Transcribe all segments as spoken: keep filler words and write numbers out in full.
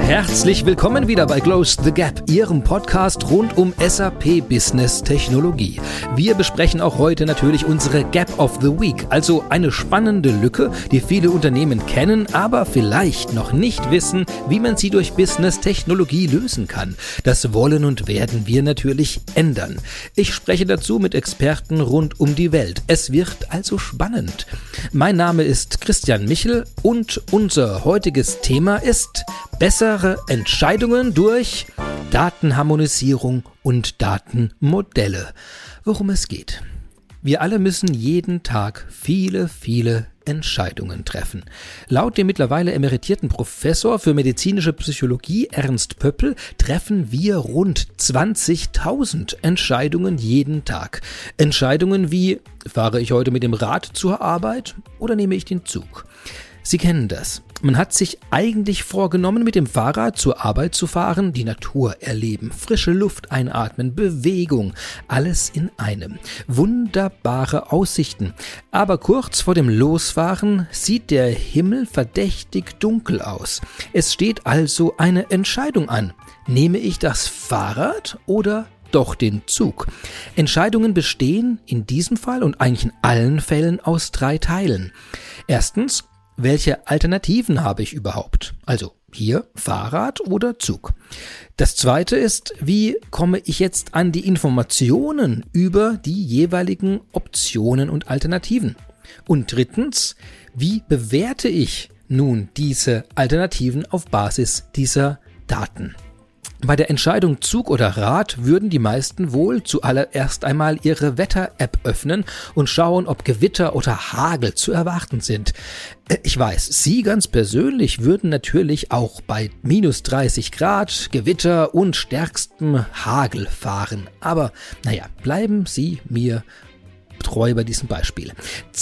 Herzlich willkommen wieder bei Close the Gap, Ihrem Podcast rund um S A P Business Technologie. Wir besprechen auch heute natürlich unsere Gap of the Week, also eine spannende Lücke, die viele Unternehmen kennen, aber vielleicht noch nicht wissen, wie man sie durch Business Technologie lösen kann. Das wollen und werden wir natürlich ändern. Ich spreche dazu mit Experten rund um die Welt. Es wird also spannend. Mein Name ist Christian Michel und unser heutiges Thema ist bessere Entscheidungen durch Datenharmonisierung und Datenmodelle. Worum es geht. Wir alle müssen jeden Tag viele, viele Entscheidungen treffen. Laut dem mittlerweile emeritierten Professor für medizinische Psychologie Ernst Pöppel treffen wir rund zwanzigtausend Entscheidungen jeden Tag. Entscheidungen wie: Fahre ich heute mit dem Rad zur Arbeit oder nehme ich den Zug? Sie kennen das. Man hat sich eigentlich vorgenommen, mit dem Fahrrad zur Arbeit zu fahren, die Natur erleben, frische Luft einatmen, Bewegung, alles in einem. Wunderbare Aussichten. Aber kurz vor dem Losfahren sieht der Himmel verdächtig dunkel aus. Es steht also eine Entscheidung an. Nehme ich das Fahrrad oder doch den Zug? Entscheidungen bestehen in diesem Fall und eigentlich in allen Fällen aus drei Teilen. Erstens: Welche Alternativen habe ich überhaupt? Also hier Fahrrad oder Zug. Das zweite ist: Wie komme ich jetzt an die Informationen über die jeweiligen Optionen und Alternativen? Und drittens: Wie bewerte ich nun diese Alternativen auf Basis dieser Daten? Bei der Entscheidung Zug oder Rad würden die meisten wohl zuallererst einmal ihre Wetter-App öffnen und schauen, ob Gewitter oder Hagel zu erwarten sind. Ich weiß, Sie ganz persönlich würden natürlich auch bei minus dreißig Grad, Gewitter und stärkstem Hagel fahren. Aber naja, bleiben Sie mir treu bei diesem Beispiel.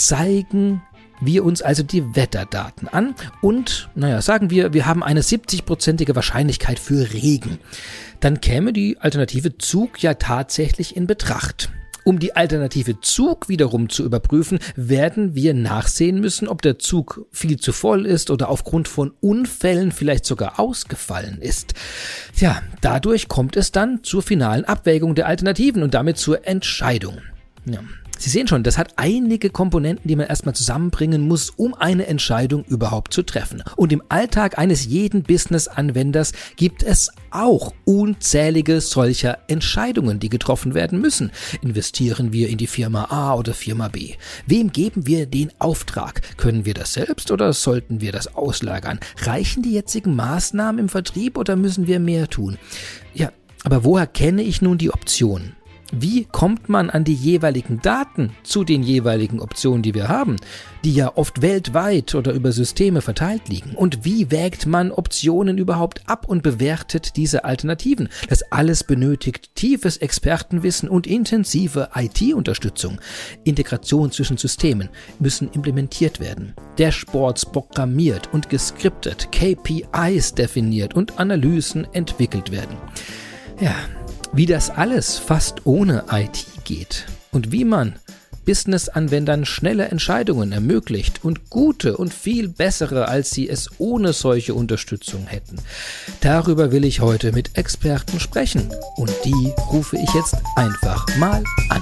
Zeigen wir uns also die Wetterdaten an und, naja, sagen wir, wir haben eine siebzig-prozentige Wahrscheinlichkeit für Regen. Dann käme die Alternative Zug ja tatsächlich in Betracht. Um die Alternative Zug wiederum zu überprüfen, werden wir nachsehen müssen, ob der Zug viel zu voll ist oder aufgrund von Unfällen vielleicht sogar ausgefallen ist. Ja, dadurch kommt es dann zur finalen Abwägung der Alternativen und damit zur Entscheidung. Ja. Sie sehen schon, das hat einige Komponenten, die man erstmal zusammenbringen muss, um eine Entscheidung überhaupt zu treffen. Und im Alltag eines jeden Business-Anwenders gibt es auch unzählige solcher Entscheidungen, die getroffen werden müssen. Investieren wir in die Firma A oder Firma B? Wem geben wir den Auftrag? Können wir das selbst oder sollten wir das auslagern? Reichen die jetzigen Maßnahmen im Vertrieb oder müssen wir mehr tun? Ja, aber woher kenne ich nun die Optionen? Wie kommt man an die jeweiligen Daten zu den jeweiligen Optionen, die wir haben, die ja oft weltweit oder über Systeme verteilt liegen? Und wie wägt man Optionen überhaupt ab und bewertet diese Alternativen? Das alles benötigt tiefes Expertenwissen und intensive I T-Unterstützung. Integration zwischen Systemen müssen implementiert werden. Dashboards programmiert und geskriptet, K P Is definiert und Analysen entwickelt werden. Ja, wie das alles fast ohne I T geht und wie man Business-Anwendern schnelle Entscheidungen ermöglicht und gute und viel bessere, als sie es ohne solche Unterstützung hätten. Darüber will ich heute mit Experten sprechen und die rufe ich jetzt einfach mal an.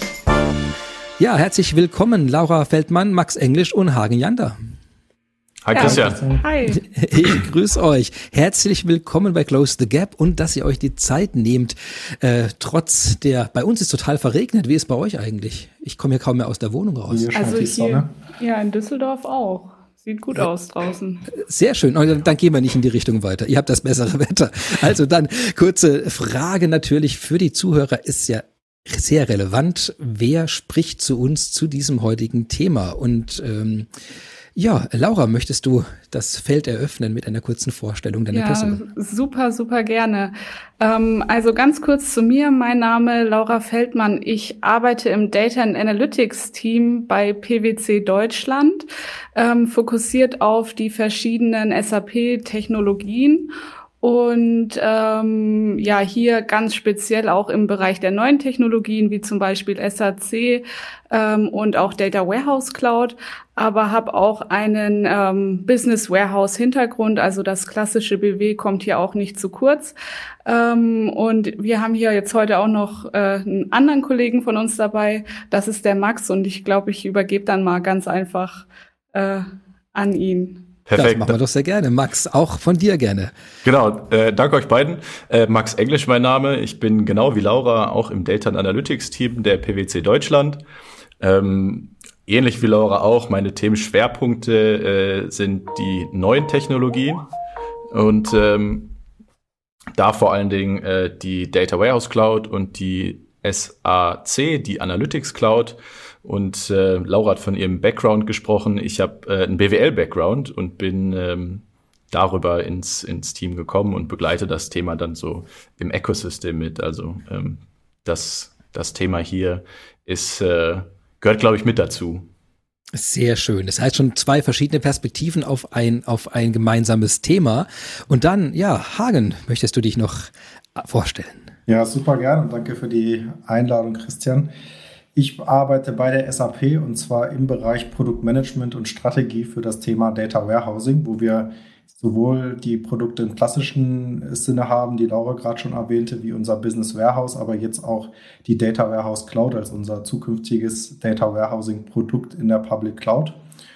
Ja, herzlich willkommen Laura Feldmann, Max Englisch und Hagen Jander. Hi Christian. Hi. Ich grüße euch. Herzlich willkommen bei Close the Gap und dass ihr euch die Zeit nehmt, äh, trotz der, bei uns ist total verregnet. Wie ist bei euch eigentlich? Ich komme hier kaum mehr aus der Wohnung raus. Hier also hier, ja, in Düsseldorf auch. Sieht gut aus draußen. Sehr schön. Dann gehen wir nicht in die Richtung weiter. Ihr habt das bessere Wetter. Also dann kurze Frage natürlich für die Zuhörer, ist ja sehr relevant. Wer spricht zu uns zu diesem heutigen Thema? Und ähm, ja, Laura, möchtest du das Feld eröffnen mit einer kurzen Vorstellung deiner ja, Person? Ja, super, super gerne. Ähm, also ganz kurz zu mir. Mein Name Laura Feldmann. Ich arbeite im Data and Analytics Team bei P W C Deutschland, ähm, fokussiert auf die verschiedenen S A P-Technologien. Und ähm, ja, hier ganz speziell auch im Bereich der neuen Technologien, wie zum Beispiel S A C ähm, und auch Data Warehouse Cloud, aber habe auch einen ähm, Business Warehouse Hintergrund, also das klassische B W kommt hier auch nicht zu kurz. Ähm, und wir haben hier jetzt heute auch noch äh, einen anderen Kollegen von uns dabei, das ist der Max, und ich glaube, ich übergebe dann mal ganz einfach äh, an ihn. Perfekt. Das machen wir doch sehr gerne. Max, auch von dir gerne. Genau, äh, danke euch beiden. Äh, Max Englisch mein Name. Ich bin genau wie Laura auch im Data Analytics Team der P W C Deutschland. Ähm, ähnlich wie Laura auch, meine Themenschwerpunkte äh, sind die neuen Technologien und ähm, da vor allen Dingen äh, die Data Warehouse Cloud und die S A C, die Analytics Cloud. Und äh, Laura hat von ihrem Background gesprochen. Ich habe äh, einen B W L-Background und bin ähm, darüber ins, ins Team gekommen und begleite das Thema dann so im Ecosystem mit. Also ähm, das, das Thema hier ist, äh, gehört, glaube ich, mit dazu. Sehr schön. Das heißt schon zwei verschiedene Perspektiven auf ein, auf ein gemeinsames Thema. Und dann, ja, Hagen, möchtest du dich noch vorstellen? Ja, super gern und danke für die Einladung, Christian. Ich arbeite bei der S A P und zwar im Bereich Produktmanagement und Strategie für das Thema Data Warehousing, wo wir sowohl die Produkte im klassischen Sinne haben, die Laura gerade schon erwähnte, wie unser Business Warehouse, aber jetzt auch die Data Warehouse Cloud als unser zukünftiges Data Warehousing Produkt in der Public Cloud.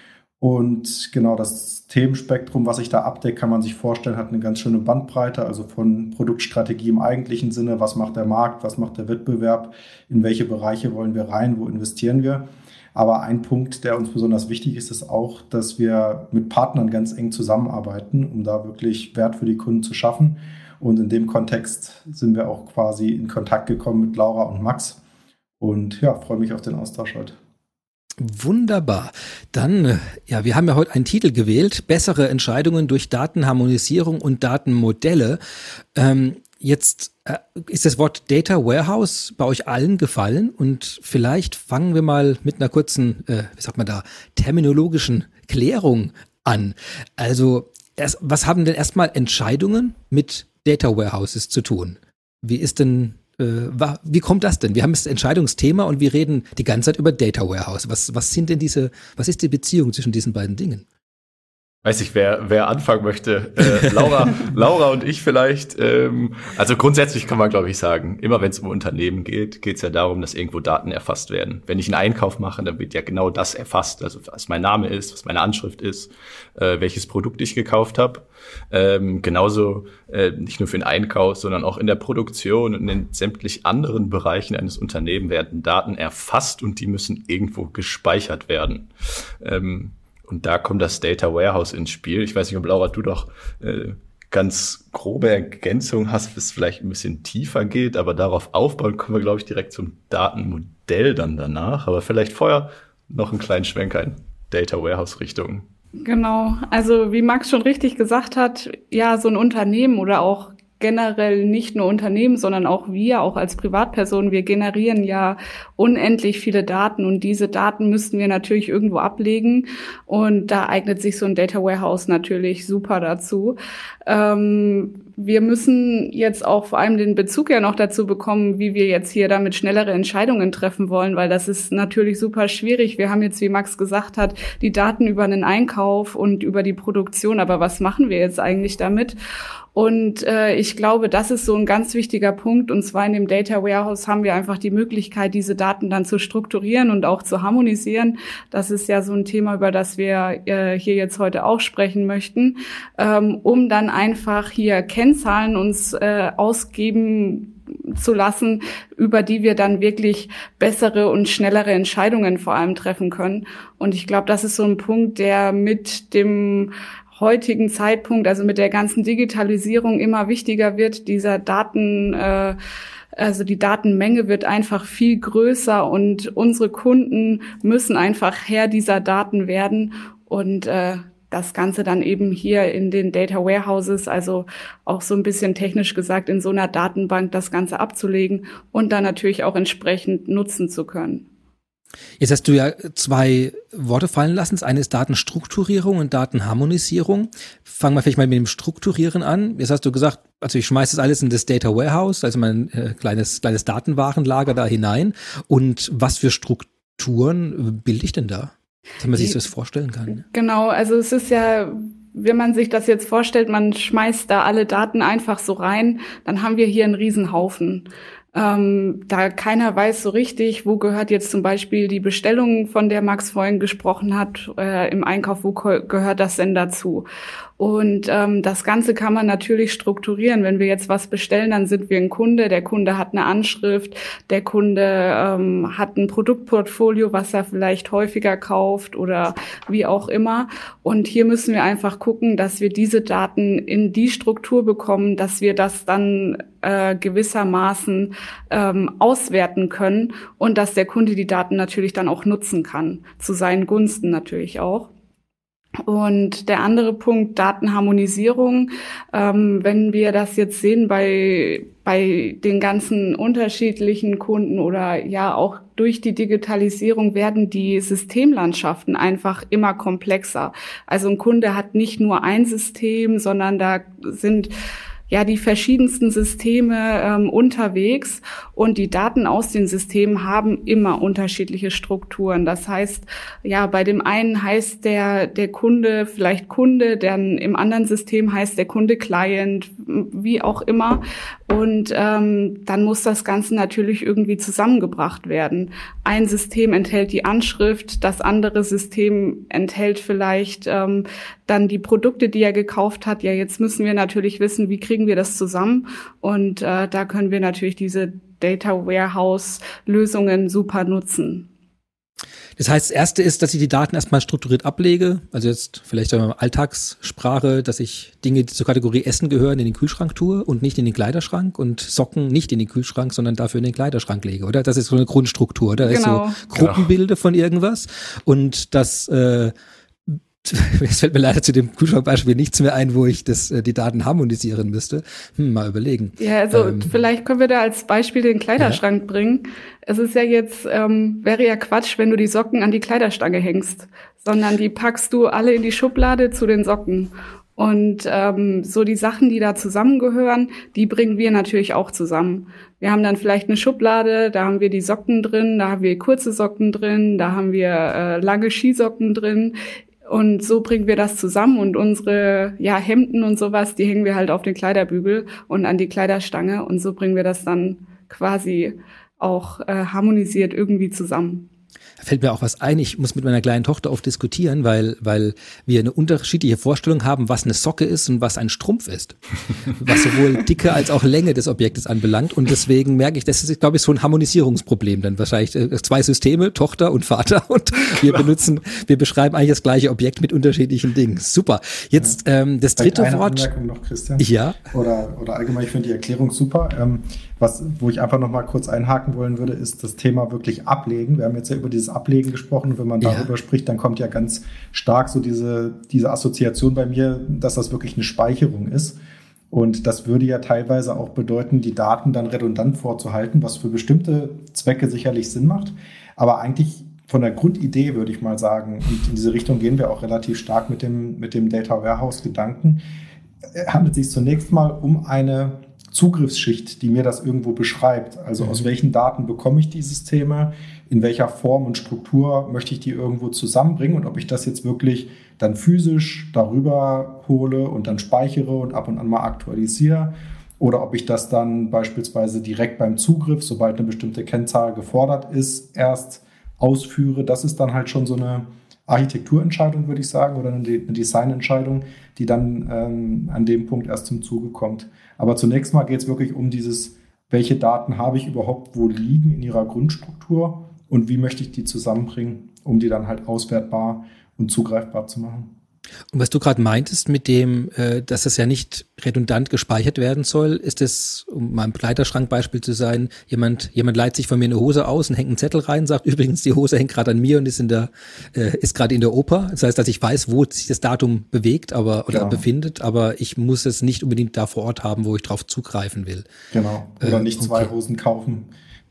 Und genau das Themenspektrum, was ich da abdecke, kann man sich vorstellen, hat eine ganz schöne Bandbreite, also von Produktstrategie im eigentlichen Sinne, was macht der Markt, was macht der Wettbewerb, in welche Bereiche wollen wir rein, wo investieren wir. Aber ein Punkt, der uns besonders wichtig ist, ist auch, dass wir mit Partnern ganz eng zusammenarbeiten, um da wirklich Wert für die Kunden zu schaffen. Und in dem Kontext sind wir auch quasi in Kontakt gekommen mit Laura und Max. Und ja, freue mich auf den Austausch heute. Wunderbar. Dann, ja, wir haben ja heute einen Titel gewählt, bessere Entscheidungen durch Datenharmonisierung und Datenmodelle. Ähm, jetzt äh, ist das Wort Data Warehouse bei euch allen gefallen und vielleicht fangen wir mal mit einer kurzen, äh, wie sagt man da, terminologischen Klärung an. Also, erst, was haben denn erstmal Entscheidungen mit Data Warehouses zu tun? Wie ist denn Wie kommt das denn? Wir haben das Entscheidungsthema und wir reden die ganze Zeit über Data Warehouse. Was, was sind denn diese, was ist die Beziehung zwischen diesen beiden Dingen? Weiß ich, wer, wer anfangen möchte. Äh, Laura, Laura und ich vielleicht. Ähm, also grundsätzlich kann man, glaube ich, sagen, immer wenn es um Unternehmen geht, geht es ja darum, dass irgendwo Daten erfasst werden. Wenn ich einen Einkauf mache, dann wird ja genau das erfasst. Also was mein Name ist, was meine Anschrift ist, äh, welches Produkt ich gekauft habe. Ähm, genauso äh, nicht nur für den Einkauf, sondern auch in der Produktion und in sämtlich anderen Bereichen eines Unternehmens werden Daten erfasst und die müssen irgendwo gespeichert werden. Ähm, Und da kommt das Data Warehouse ins Spiel. Ich weiß nicht, ob Laura, du doch äh, ganz grobe Ergänzung hast, bis es vielleicht ein bisschen tiefer geht, aber darauf aufbauen kommen wir, glaube ich, direkt zum Datenmodell dann danach. Aber vielleicht vorher noch einen kleinen Schwenker in Data Warehouse Richtung. Genau, also wie Max schon richtig gesagt hat, ja, so ein Unternehmen oder auch generell nicht nur Unternehmen, sondern auch wir, auch als Privatpersonen, wir generieren ja unendlich viele Daten und diese Daten müssten wir natürlich irgendwo ablegen und da eignet sich so ein Data Warehouse natürlich super dazu. Ähm, wir müssen jetzt auch vor allem den Bezug ja noch dazu bekommen, wie wir jetzt hier damit schnellere Entscheidungen treffen wollen, weil das ist natürlich super schwierig. Wir haben jetzt, wie Max gesagt hat, die Daten über einen Einkauf und über die Produktion, aber was machen wir jetzt eigentlich damit? Und äh, ich glaube, das ist so ein ganz wichtiger Punkt. Und zwar in dem Data Warehouse haben wir einfach die Möglichkeit, diese Daten dann zu strukturieren und auch zu harmonisieren. Das ist ja so ein Thema, über das wir äh, hier jetzt heute auch sprechen möchten, ähm, um dann einfach hier Kennzahlen uns äh, ausgeben zu lassen, über die wir dann wirklich bessere und schnellere Entscheidungen vor allem treffen können. Und ich glaube, das ist so ein Punkt, der mit dem heutigen Zeitpunkt, also mit der ganzen Digitalisierung immer wichtiger wird. Dieser Daten, äh, also die Datenmenge wird einfach viel größer und unsere Kunden müssen einfach Herr dieser Daten werden und äh, das Ganze dann eben hier in den Data Warehouses, also auch so ein bisschen technisch gesagt in so einer Datenbank das Ganze abzulegen und dann natürlich auch entsprechend nutzen zu können. Jetzt hast du ja zwei Worte fallen lassen. Das eine ist Datenstrukturierung und Datenharmonisierung. Fangen wir vielleicht mal mit dem Strukturieren an. Jetzt hast du gesagt, also ich schmeiße das alles in das Data Warehouse, also mein äh, kleines, kleines Datenwarenlager da hinein. Und was für Strukturen bilde ich denn da? Dass man sich das vorstellen kann. Genau, also es ist ja, wenn man sich das jetzt vorstellt, man schmeißt da alle Daten einfach so rein, dann haben wir hier einen Riesenhaufen. Ähm, da keiner weiß so richtig, wo gehört jetzt zum Beispiel die Bestellung, von der Max vorhin gesprochen hat, äh, im Einkauf, wo gehört das denn dazu? Und ähm, das Ganze kann man natürlich strukturieren. Wenn wir jetzt was bestellen, dann sind wir ein Kunde. Der Kunde hat eine Anschrift, der Kunde ähm, hat ein Produktportfolio, was er vielleicht häufiger kauft oder wie auch immer. Und hier müssen wir einfach gucken, dass wir diese Daten in die Struktur bekommen, dass wir das dann äh, gewissermaßen ähm, auswerten können und dass der Kunde die Daten natürlich dann auch nutzen kann, zu seinen Gunsten natürlich auch. Und der andere Punkt, Datenharmonisierung, ähm, wenn wir das jetzt sehen bei bei den ganzen unterschiedlichen Kunden oder ja auch durch die Digitalisierung werden die Systemlandschaften einfach immer komplexer. Also ein Kunde hat nicht nur ein System, sondern da sind ja die verschiedensten Systeme ähm, unterwegs und die Daten aus den Systemen haben immer unterschiedliche Strukturen. Das heißt, ja, bei dem einen heißt der der Kunde vielleicht Kunde, dann im anderen System heißt der Kunde Client, wie auch immer. Und ähm, dann muss das Ganze natürlich irgendwie zusammengebracht werden. Ein System enthält die Anschrift, das andere System enthält vielleicht ähm, dann die Produkte, die er gekauft hat. Ja, jetzt müssen wir natürlich wissen, wie kriegen wir das zusammen? Und äh, da können wir natürlich diese Data Warehouse Lösungen super nutzen. Das heißt, das Erste ist, dass ich die Daten erstmal strukturiert ablege, also jetzt vielleicht in Alltagssprache, dass ich Dinge, die zur Kategorie Essen gehören, in den Kühlschrank tue und nicht in den Kleiderschrank und Socken nicht in den Kühlschrank, sondern dafür in den Kleiderschrank lege, oder? Das ist so eine Grundstruktur, oder? Das genau. ist so Gruppenbilder von irgendwas und das äh, es fällt mir leider zu dem Kühlschrankbeispiel nichts mehr ein, wo ich das, die Daten harmonisieren müsste. Hm, mal überlegen. Ja, also ähm, vielleicht können wir da als Beispiel den Kleiderschrank ja. bringen. Es ist ja jetzt, ähm, wäre ja Quatsch, wenn du die Socken an die Kleiderstange hängst, sondern die packst du alle in die Schublade zu den Socken. Und ähm, so die Sachen, die da zusammengehören, die bringen wir natürlich auch zusammen. Wir haben dann vielleicht eine Schublade, da haben wir die Socken drin, da haben wir kurze Socken drin, da haben wir äh, lange Skisocken drin. Und so bringen wir das zusammen und unsere ja Hemden und sowas, die hängen wir halt auf den Kleiderbügel und an die Kleiderstange und so bringen wir das dann quasi auch äh, harmonisiert irgendwie zusammen. Da fällt mir auch was ein, ich muss mit meiner kleinen Tochter oft diskutieren, weil weil wir eine unterschiedliche Vorstellung haben, was eine Socke ist und was ein Strumpf ist. Was sowohl Dicke als auch Länge des Objektes anbelangt. Und deswegen merke ich, das ist, glaube ich, so ein Harmonisierungsproblem. Dann wahrscheinlich äh, zwei Systeme, Tochter und Vater. Und wir benutzen, wir beschreiben eigentlich das gleiche Objekt mit unterschiedlichen Dingen. Super. Jetzt ähm, das dritte eine Wort. Anmerkung noch, Christian. Ja. Oder, oder allgemein, ich finde die Erklärung super. Ähm, was, wo ich einfach noch mal kurz einhaken wollen würde, ist das Thema wirklich ablegen. Wir haben jetzt ja über dieses Ablegen gesprochen und wenn man darüber ja. spricht, dann kommt ja ganz stark so diese, diese Assoziation bei mir, dass das wirklich eine Speicherung ist. Und das würde ja teilweise auch bedeuten, die Daten dann redundant vorzuhalten, was für bestimmte Zwecke sicherlich Sinn macht. Aber eigentlich von der Grundidee würde ich mal sagen, und in diese Richtung gehen wir auch relativ stark mit dem, mit dem Data Warehouse-Gedanken, handelt es sich zunächst mal um eine Zugriffsschicht, die mir das irgendwo beschreibt. Also mhm. aus welchen Daten bekomme ich die Systeme, in welcher Form und Struktur möchte ich die irgendwo zusammenbringen und ob ich das jetzt wirklich dann physisch darüber hole und dann speichere und ab und an mal aktualisiere oder ob ich das dann beispielsweise direkt beim Zugriff, sobald eine bestimmte Kennzahl gefordert ist, erst ausführe. Das ist dann halt schon so eine Architekturentscheidung, würde ich sagen, oder eine Designentscheidung, die dann ähm, an dem Punkt erst zum Zuge kommt. Aber zunächst mal geht es wirklich um dieses, welche Daten habe ich überhaupt wo liegen in ihrer Grundstruktur und wie möchte ich die zusammenbringen, um die dann halt auswertbar und zugreifbar zu machen. Und was du gerade meintest mit dem, äh, dass das ja nicht redundant gespeichert werden soll, ist es, um mal ein Kleiderschrankbeispiel zu sein, jemand jemand leiht sich von mir eine Hose aus und hängt einen Zettel rein, sagt übrigens, die Hose hängt gerade an mir und ist in der äh, ist gerade in der Oper. Das heißt, dass ich weiß, wo sich das Datum bewegt, aber oder genau. befindet, aber ich muss es nicht unbedingt da vor Ort haben, wo ich drauf zugreifen will. Genau. Oder äh, nicht zwei okay. Hosen kaufen,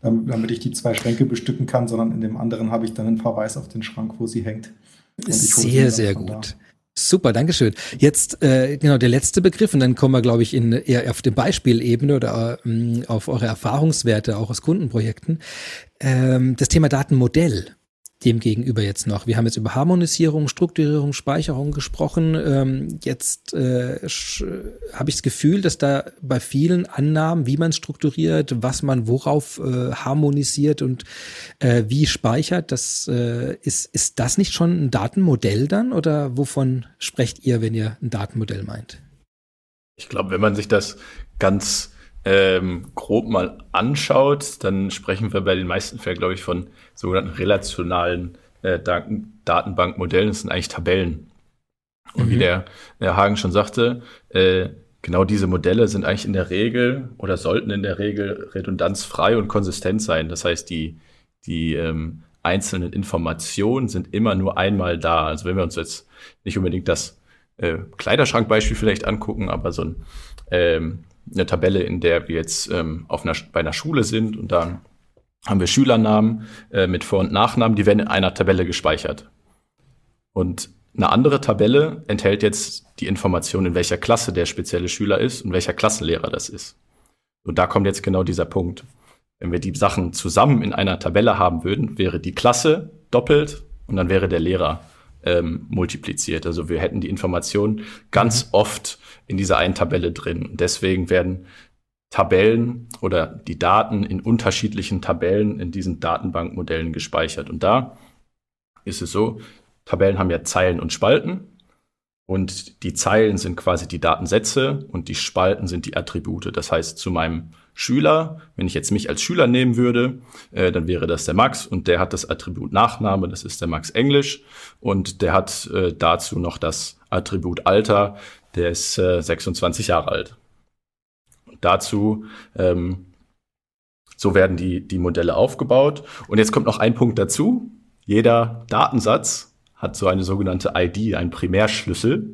damit ich die zwei Schränke bestücken kann, sondern in dem anderen habe ich dann einen Verweis auf den Schrank, wo sie hängt. Sehr, sehr gut. Super, Dankeschön. Jetzt äh, genau der letzte Begriff und dann kommen wir, glaube ich, in eher auf die Beispielebene oder ähm, auf eure Erfahrungswerte auch aus Kundenprojekten. Ähm, das Thema Datenmodell. Dem gegenüber jetzt noch. Wir haben jetzt über Harmonisierung, Strukturierung, Speicherung gesprochen. Ähm, jetzt äh, habe ich das Gefühl, dass da bei vielen Annahmen, wie man strukturiert, was man worauf äh, harmonisiert und äh, wie speichert, das äh, ist, ist das nicht schon ein Datenmodell dann oder wovon sprecht ihr, wenn ihr ein Datenmodell meint? Ich glaube, wenn man sich das ganz Ähm, grob mal anschaut, dann sprechen wir bei den meisten Fällen, glaube ich, von sogenannten relationalen äh, Daten- Datenbankmodellen. Das sind eigentlich Tabellen. Und mhm. wie der, der Hagen schon sagte, äh, genau diese Modelle sind eigentlich in der Regel oder sollten in der Regel redundanzfrei und konsistent sein. Das heißt, die, die ähm, einzelnen Informationen sind immer nur einmal da. Also wenn wir uns jetzt nicht unbedingt das äh, Kleiderschrankbeispiel vielleicht angucken, aber so ein ähm, eine Tabelle, in der wir jetzt ähm, auf einer, bei einer Schule sind und dann haben wir Schülernamen äh, mit Vor- und Nachnamen, die werden in einer Tabelle gespeichert. Und eine andere Tabelle enthält jetzt die Information, in welcher Klasse der spezielle Schüler ist und welcher Klassenlehrer das ist. Und da kommt jetzt genau dieser Punkt. Wenn wir die Sachen zusammen in einer Tabelle haben würden, wäre die Klasse doppelt und dann wäre der Lehrer ähm, multipliziert. Also wir hätten die Information ganz oft in dieser einen Tabelle drin. Und deswegen werden Tabellen oder die Daten in unterschiedlichen Tabellen in diesen Datenbankmodellen gespeichert. Und da ist es so, Tabellen haben ja Zeilen und Spalten. Und die Zeilen sind quasi die Datensätze und die Spalten sind die Attribute. Das heißt, zu meinem Schüler, wenn ich jetzt mich als Schüler nehmen würde, äh, dann wäre das der Max und der hat das Attribut Nachname, das ist der Max Englisch und der hat äh, dazu noch das Attribut Alter, der ist äh, sechsundzwanzig Jahre alt. Und dazu, ähm, so werden die, die Modelle aufgebaut. Und jetzt kommt noch ein Punkt dazu. Jeder Datensatz hat so eine sogenannte I D, einen Primärschlüssel,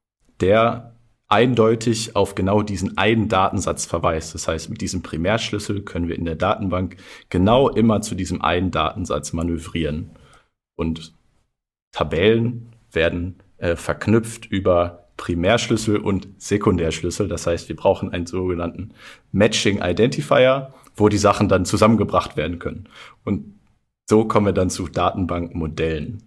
der eindeutig auf genau diesen einen Datensatz verweist. Das heißt, mit diesem Primärschlüssel können wir in der Datenbank genau immer zu diesem einen Datensatz manövrieren. Und Tabellen werden äh, verknüpft über Primärschlüssel und Sekundärschlüssel. Das heißt, wir brauchen einen sogenannten Matching Identifier, wo die Sachen dann zusammengebracht werden können. Und so kommen wir dann zu Datenbankmodellen.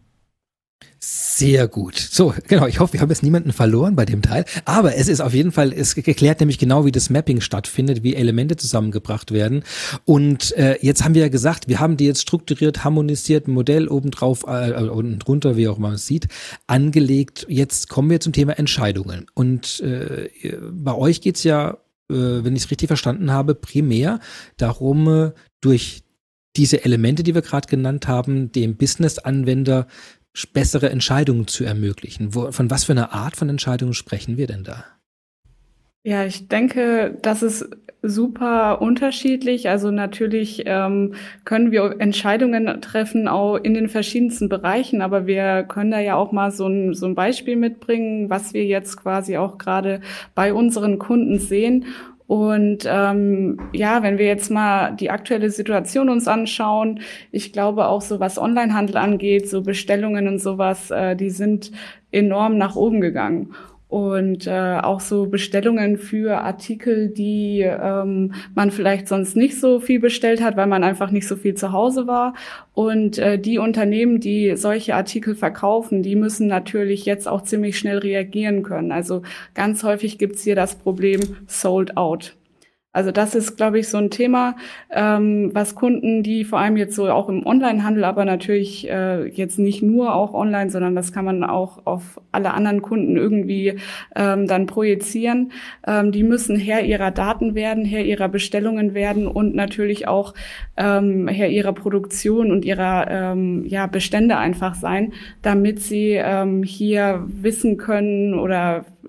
Sehr gut. So, genau. Ich hoffe, wir haben jetzt niemanden verloren bei dem Teil. Aber es ist auf jeden Fall, es erklärt nämlich genau, wie das Mapping stattfindet, wie Elemente zusammengebracht werden. Und äh, jetzt haben wir ja gesagt, wir haben die jetzt strukturiert, harmonisiert, ein Modell obendrauf äh, und drunter, wie auch immer man es sieht, angelegt. Jetzt kommen wir zum Thema Entscheidungen. Und äh, bei euch geht's ja, äh, wenn ich es richtig verstanden habe, primär darum, äh, durch diese Elemente, die wir gerade genannt haben, dem Business-Anwender bessere Entscheidungen zu ermöglichen. Wo, von was für einer Art von Entscheidungen sprechen wir denn da? Ja, ich denke, das ist super unterschiedlich. Also natürlich ähm, können wir Entscheidungen treffen, auch in den verschiedensten Bereichen, aber wir können da ja auch mal so ein, so ein Beispiel mitbringen, was wir jetzt quasi auch gerade bei unseren Kunden sehen. Und ähm, ja, wenn wir jetzt mal die aktuelle Situation uns anschauen, ich glaube auch so, was Onlinehandel angeht, so Bestellungen und sowas, äh, die sind enorm nach oben gegangen. Und äh, auch so Bestellungen für Artikel, die ähm, man vielleicht sonst nicht so viel bestellt hat, weil man einfach nicht so viel zu Hause war. Und äh, die Unternehmen, die solche Artikel verkaufen, die müssen natürlich jetzt auch ziemlich schnell reagieren können. Also ganz häufig gibt's hier das Problem sold out. Also das ist, glaube ich, so ein Thema, ähm, was Kunden, die vor allem jetzt so auch im Onlinehandel, aber natürlich äh, jetzt nicht nur auch online, sondern das kann man auch auf alle anderen Kunden irgendwie ähm, dann projizieren. Ähm, die müssen Herr ihrer Daten werden, Herr ihrer Bestellungen werden und natürlich auch ähm, Herr ihrer Produktion und ihrer ähm, ja Bestände einfach sein, damit sie ähm, hier wissen können oder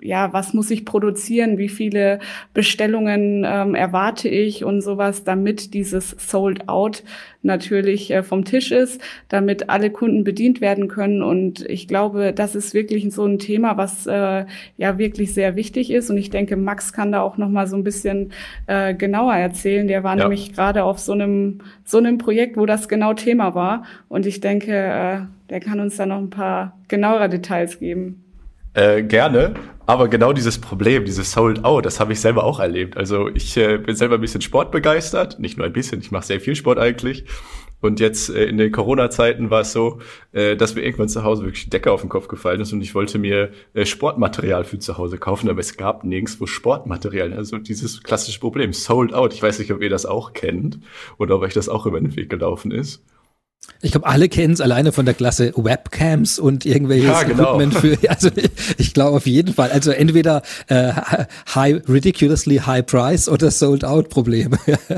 ja, was muss ich produzieren, wie viele Bestellungen ähm, erwarte ich und sowas, damit dieses Sold Out natürlich äh, vom Tisch ist, damit alle Kunden bedient werden können. Und ich glaube, das ist wirklich so ein Thema, was äh, ja wirklich sehr wichtig ist. Und ich denke, Max kann da auch noch mal so ein bisschen äh, genauer erzählen. Der war ja. nämlich gerade auf so einem so einem Projekt, wo das genau Thema war. Und ich denke, äh, der kann uns da noch ein paar genauere Details geben. Äh, gerne, aber genau dieses Problem, dieses Sold Out, das habe ich selber auch erlebt. Also ich äh, bin selber ein bisschen sportbegeistert, nicht nur ein bisschen, ich mache sehr viel Sport eigentlich. Und jetzt äh, in den Corona-Zeiten war es so, äh, dass mir irgendwann zu Hause wirklich die Decke auf den Kopf gefallen ist und ich wollte mir äh, Sportmaterial für zu Hause kaufen, aber es gab nirgendwo Sportmaterial. Also dieses klassische Problem, Sold Out. Ich weiß nicht, ob ihr das auch kennt oder ob euch das auch über den Weg gelaufen ist. Ich glaube, alle kennen es alleine von der Klasse Webcams und irgendwelches ja, genau. Equipment für, also ich glaube auf jeden Fall. Also entweder äh, high, ridiculously high price oder sold out Probleme.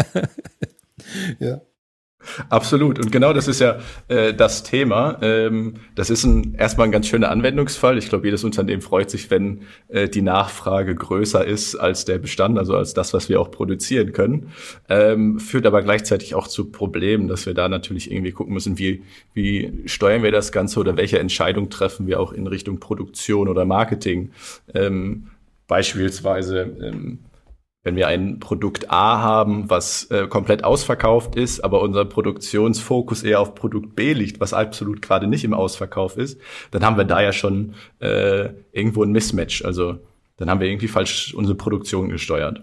ja. Absolut. Und genau das ist ja äh, das Thema. Ähm, das ist ein, erstmal ein ganz schöner Anwendungsfall. Ich glaube, jedes Unternehmen freut sich, wenn äh, die Nachfrage größer ist als der Bestand, also als das, was wir auch produzieren können. Ähm, führt aber gleichzeitig auch zu Problemen, dass wir da natürlich irgendwie gucken müssen, wie, wie steuern wir das Ganze oder welche Entscheidung treffen wir auch in Richtung Produktion oder Marketing. Ähm, beispielsweise ähm, wenn wir ein Produkt A haben, was äh, komplett ausverkauft ist, aber unser Produktionsfokus eher auf Produkt B liegt, was absolut gerade nicht im Ausverkauf ist, dann haben wir da ja schon äh, irgendwo ein Mismatch. Also dann haben wir irgendwie falsch unsere Produktion gesteuert.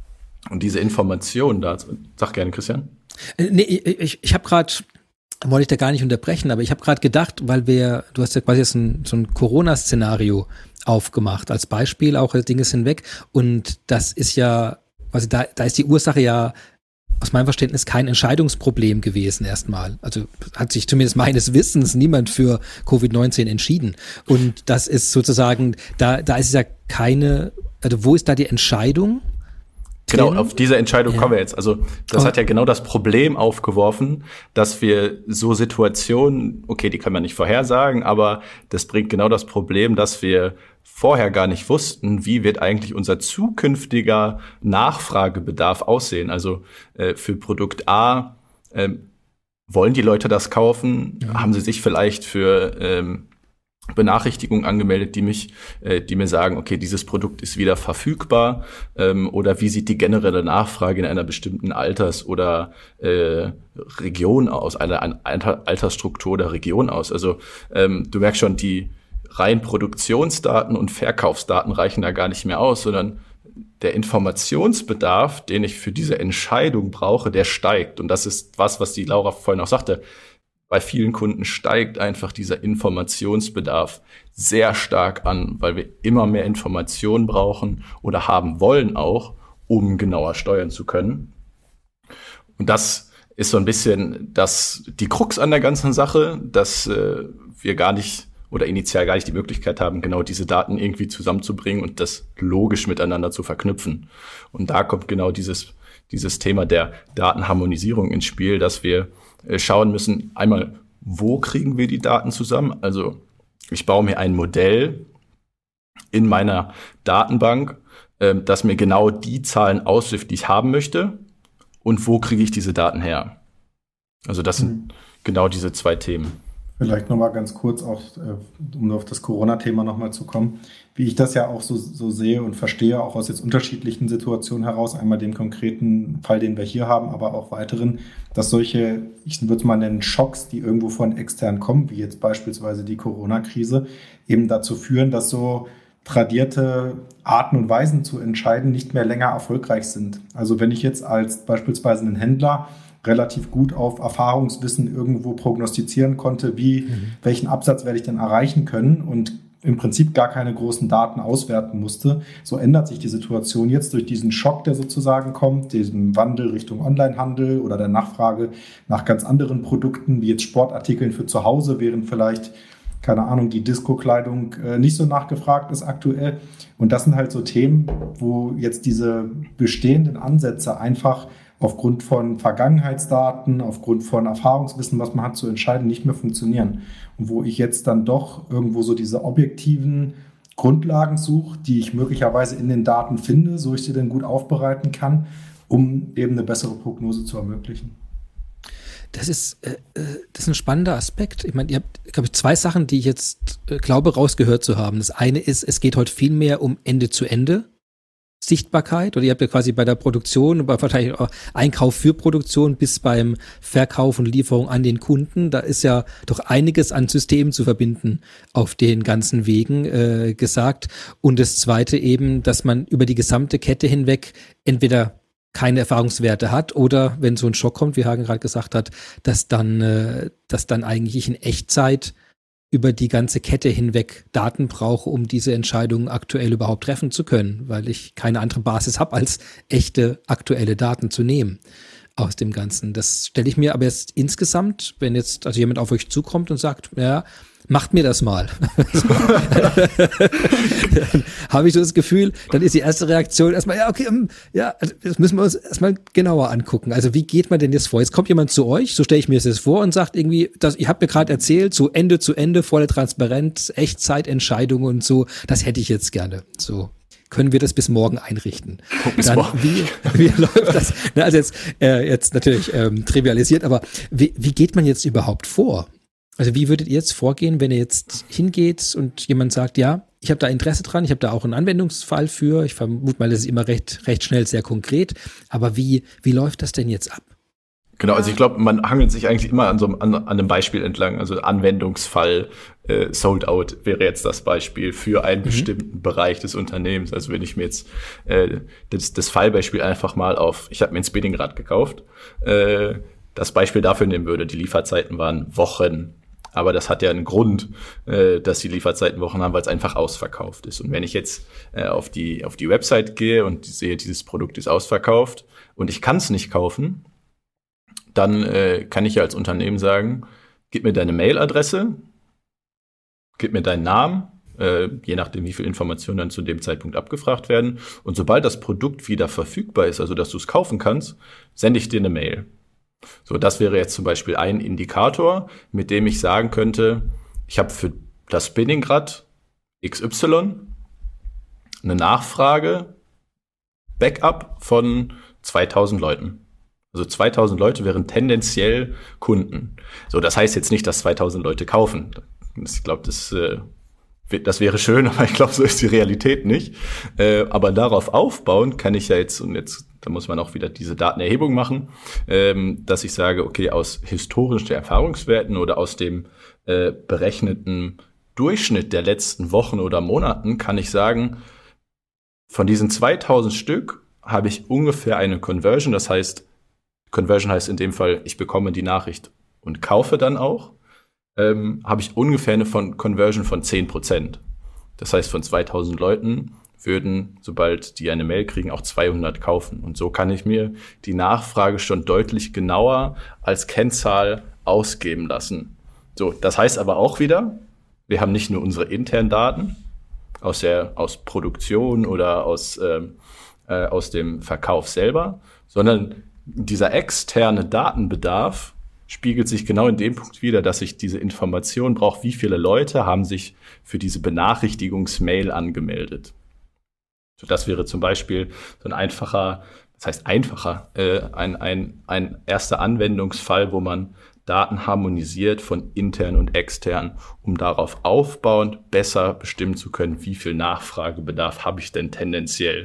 Und diese Informationen da, sag gerne, Christian. Äh, nee, ich, ich habe gerade, wollte ich da gar nicht unterbrechen, aber ich habe gerade gedacht, weil wir, du hast ja quasi jetzt ein, so ein Corona-Szenario aufgemacht als Beispiel, auch das Ding ist hinweg und das ist ja, also da, da ist die Ursache ja aus meinem Verständnis kein Entscheidungsproblem gewesen erstmal. Also hat sich zumindest meines Wissens niemand für Covid neunzehn entschieden und das ist sozusagen, da, da ist es ja keine, also wo ist da die Entscheidung? Genau, auf diese Entscheidung ja. kommen wir jetzt. Also das oh. hat ja genau das Problem aufgeworfen, dass wir so Situationen, okay, die kann man nicht vorhersagen, aber das bringt genau das Problem, dass wir vorher gar nicht wussten, wie wird eigentlich unser zukünftiger Nachfragebedarf aussehen. Also äh, für Produkt A, äh, wollen die Leute das kaufen? Ja. Haben sie sich vielleicht für ähm, Benachrichtigungen angemeldet, die mich, äh, die mir sagen, okay, dieses Produkt ist wieder verfügbar, ähm, oder wie sieht die generelle Nachfrage in einer bestimmten Alters- oder äh, Region aus, einer, einer Altersstruktur oder Region aus. Also ähm, du merkst schon, die rein Produktionsdaten und Verkaufsdaten reichen da gar nicht mehr aus, sondern der Informationsbedarf, den ich für diese Entscheidung brauche, der steigt. Und das ist was, was die Laura vorhin auch sagte. Bei vielen Kunden steigt einfach dieser Informationsbedarf sehr stark an, weil wir immer mehr Informationen brauchen oder haben wollen auch, um genauer steuern zu können. Und das ist so ein bisschen das, die Krux an der ganzen Sache, dass äh, wir gar nicht oder initial gar nicht die Möglichkeit haben, genau diese Daten irgendwie zusammenzubringen und das logisch miteinander zu verknüpfen. Und da kommt genau dieses, dieses Thema der Datenharmonisierung ins Spiel, dass wir schauen müssen, einmal, wo kriegen wir die Daten zusammen? Also ich baue mir ein Modell in meiner Datenbank, äh, das mir genau die Zahlen auswirft, die ich haben möchte. Und wo kriege ich diese Daten her? Also das sind mhm. genau diese zwei Themen. Vielleicht nochmal ganz kurz, auch um auf das Corona-Thema nochmal zu kommen, wie ich das ja auch so, so sehe und verstehe, auch aus jetzt unterschiedlichen Situationen heraus, einmal dem konkreten Fall, den wir hier haben, aber auch weiteren, dass solche, ich würde es mal nennen, Schocks, die irgendwo von extern kommen, wie jetzt beispielsweise die Corona-Krise, eben dazu führen, dass so tradierte Arten und Weisen zu entscheiden nicht mehr länger erfolgreich sind. Also wenn ich jetzt als beispielsweise einen Händler relativ gut auf Erfahrungswissen irgendwo prognostizieren konnte, wie, mhm. welchen Absatz werde ich denn erreichen können und im Prinzip gar keine großen Daten auswerten musste. So ändert sich die Situation jetzt durch diesen Schock, der sozusagen kommt, diesem Wandel Richtung Onlinehandel oder der Nachfrage nach ganz anderen Produkten, wie jetzt Sportartikeln für zu Hause, während vielleicht, keine Ahnung, die Disco-Kleidung äh, nicht so nachgefragt ist aktuell. Und das sind halt so Themen, wo jetzt diese bestehenden Ansätze einfach aufgrund von Vergangenheitsdaten, aufgrund von Erfahrungswissen, was man hat zu entscheiden, nicht mehr funktionieren. Und wo ich jetzt dann doch irgendwo so diese objektiven Grundlagen suche, die ich möglicherweise in den Daten finde, so ich sie dann gut aufbereiten kann, um eben eine bessere Prognose zu ermöglichen. Das ist, äh, das ist ein spannender Aspekt. Ich meine, ihr habt, glaube ich, zwei Sachen, die ich jetzt äh, glaube, rausgehört zu haben. Das eine ist, es geht heute viel mehr um Ende-zu-Ende Sichtbarkeit, oder ihr habt ja quasi bei der Produktion, bei wahrscheinlich auch Einkauf für Produktion bis beim Verkauf und Lieferung an den Kunden, da ist ja doch einiges an Systemen zu verbinden auf den ganzen Wegen äh, gesagt. Und das zweite eben, dass man über die gesamte Kette hinweg entweder keine Erfahrungswerte hat oder wenn so ein Schock kommt, wie Hagen gerade gesagt hat, dass dann, äh, dass dann eigentlich in Echtzeit über die ganze Kette hinweg Daten brauche, um diese Entscheidungen aktuell überhaupt treffen zu können, weil ich keine andere Basis habe, als echte aktuelle Daten zu nehmen aus dem Ganzen. Das stelle ich mir aber jetzt insgesamt, wenn jetzt also jemand auf euch zukommt und sagt, ja, macht mir das mal. Dann habe ich so das Gefühl, dann ist die erste Reaktion erstmal, ja, okay, ja, das müssen wir uns erstmal genauer angucken. Also wie geht man denn jetzt vor? Jetzt kommt jemand zu euch, so stelle ich mir das jetzt vor und sagt irgendwie, das, ihr habt mir gerade erzählt, so Ende zu Ende, volle Transparenz, Echtzeitentscheidungen und so, das hätte ich jetzt gerne. So. Können wir das bis morgen einrichten? Bis Dann, morgen. Wie, wie läuft das? Na, also jetzt, äh, jetzt natürlich ähm, trivialisiert, aber wie, wie geht man jetzt überhaupt vor? Also wie würdet ihr jetzt vorgehen, wenn ihr jetzt hingeht und jemand sagt, ja, ich habe da Interesse dran, ich habe da auch einen Anwendungsfall für, ich vermute mal, das ist immer recht, recht schnell, sehr konkret, aber wie, wie läuft das denn jetzt ab? Genau, also ich glaube, man hangelt sich eigentlich immer an so einem, an, an einem Beispiel entlang. Also Anwendungsfall, äh, Sold Out wäre jetzt das Beispiel für einen mhm. bestimmten Bereich des Unternehmens. Also wenn ich mir jetzt äh, das, das Fallbeispiel einfach mal auf, ich habe mir ein Spinningrad gekauft, äh, das Beispiel dafür nehmen würde, die Lieferzeiten waren Wochen. Aber das hat ja einen Grund, äh, dass die Lieferzeiten Wochen haben, weil es einfach ausverkauft ist. Und wenn ich jetzt äh, auf die auf die Website gehe und sehe, dieses Produkt ist ausverkauft und ich kann es nicht kaufen, dann äh, kann ich ja als Unternehmen sagen, gib mir deine Mailadresse, gib mir deinen Namen, äh, je nachdem, wie viel Informationen dann zu dem Zeitpunkt abgefragt werden. Und sobald das Produkt wieder verfügbar ist, also dass du es kaufen kannst, sende ich dir eine Mail. So, das wäre jetzt zum Beispiel ein Indikator, mit dem ich sagen könnte, ich habe für das Spinningrad X Y eine Nachfrage, Backup von zweitausend Leuten. Also zweitausend Leute wären tendenziell Kunden. So, das heißt jetzt nicht, dass zweitausend Leute kaufen. Ich glaube, das, äh, das wäre schön, aber ich glaube, so ist die Realität nicht. Äh, aber darauf aufbauen kann ich ja jetzt, und jetzt, da muss man auch wieder diese Datenerhebung machen, ähm, dass ich sage, okay, aus historischen Erfahrungswerten oder aus dem äh, berechneten Durchschnitt der letzten Wochen oder Monaten kann ich sagen, von diesen zweitausend Stück habe ich ungefähr eine Conversion, das heißt, Conversion heißt in dem Fall, ich bekomme die Nachricht und kaufe dann auch, ähm, habe ich ungefähr eine von Conversion von zehn Prozent. Das heißt, von zweitausend Leuten würden, sobald die eine Mail kriegen, auch zweihundert kaufen. Und so kann ich mir die Nachfrage schon deutlich genauer als Kennzahl ausgeben lassen. So, das heißt aber auch wieder, wir haben nicht nur unsere internen Daten aus der aus Produktion oder aus, ähm, äh, aus dem Verkauf selber, sondern dieser externe Datenbedarf spiegelt sich genau in dem Punkt wider, dass ich diese Information brauche, wie viele Leute haben sich für diese Benachrichtigungsmail angemeldet. So, das wäre zum Beispiel so ein einfacher, das heißt einfacher, äh, ein, ein, ein erster Anwendungsfall, wo man Daten harmonisiert von intern und extern, um darauf aufbauend besser bestimmen zu können, wie viel Nachfragebedarf habe ich denn tendenziell.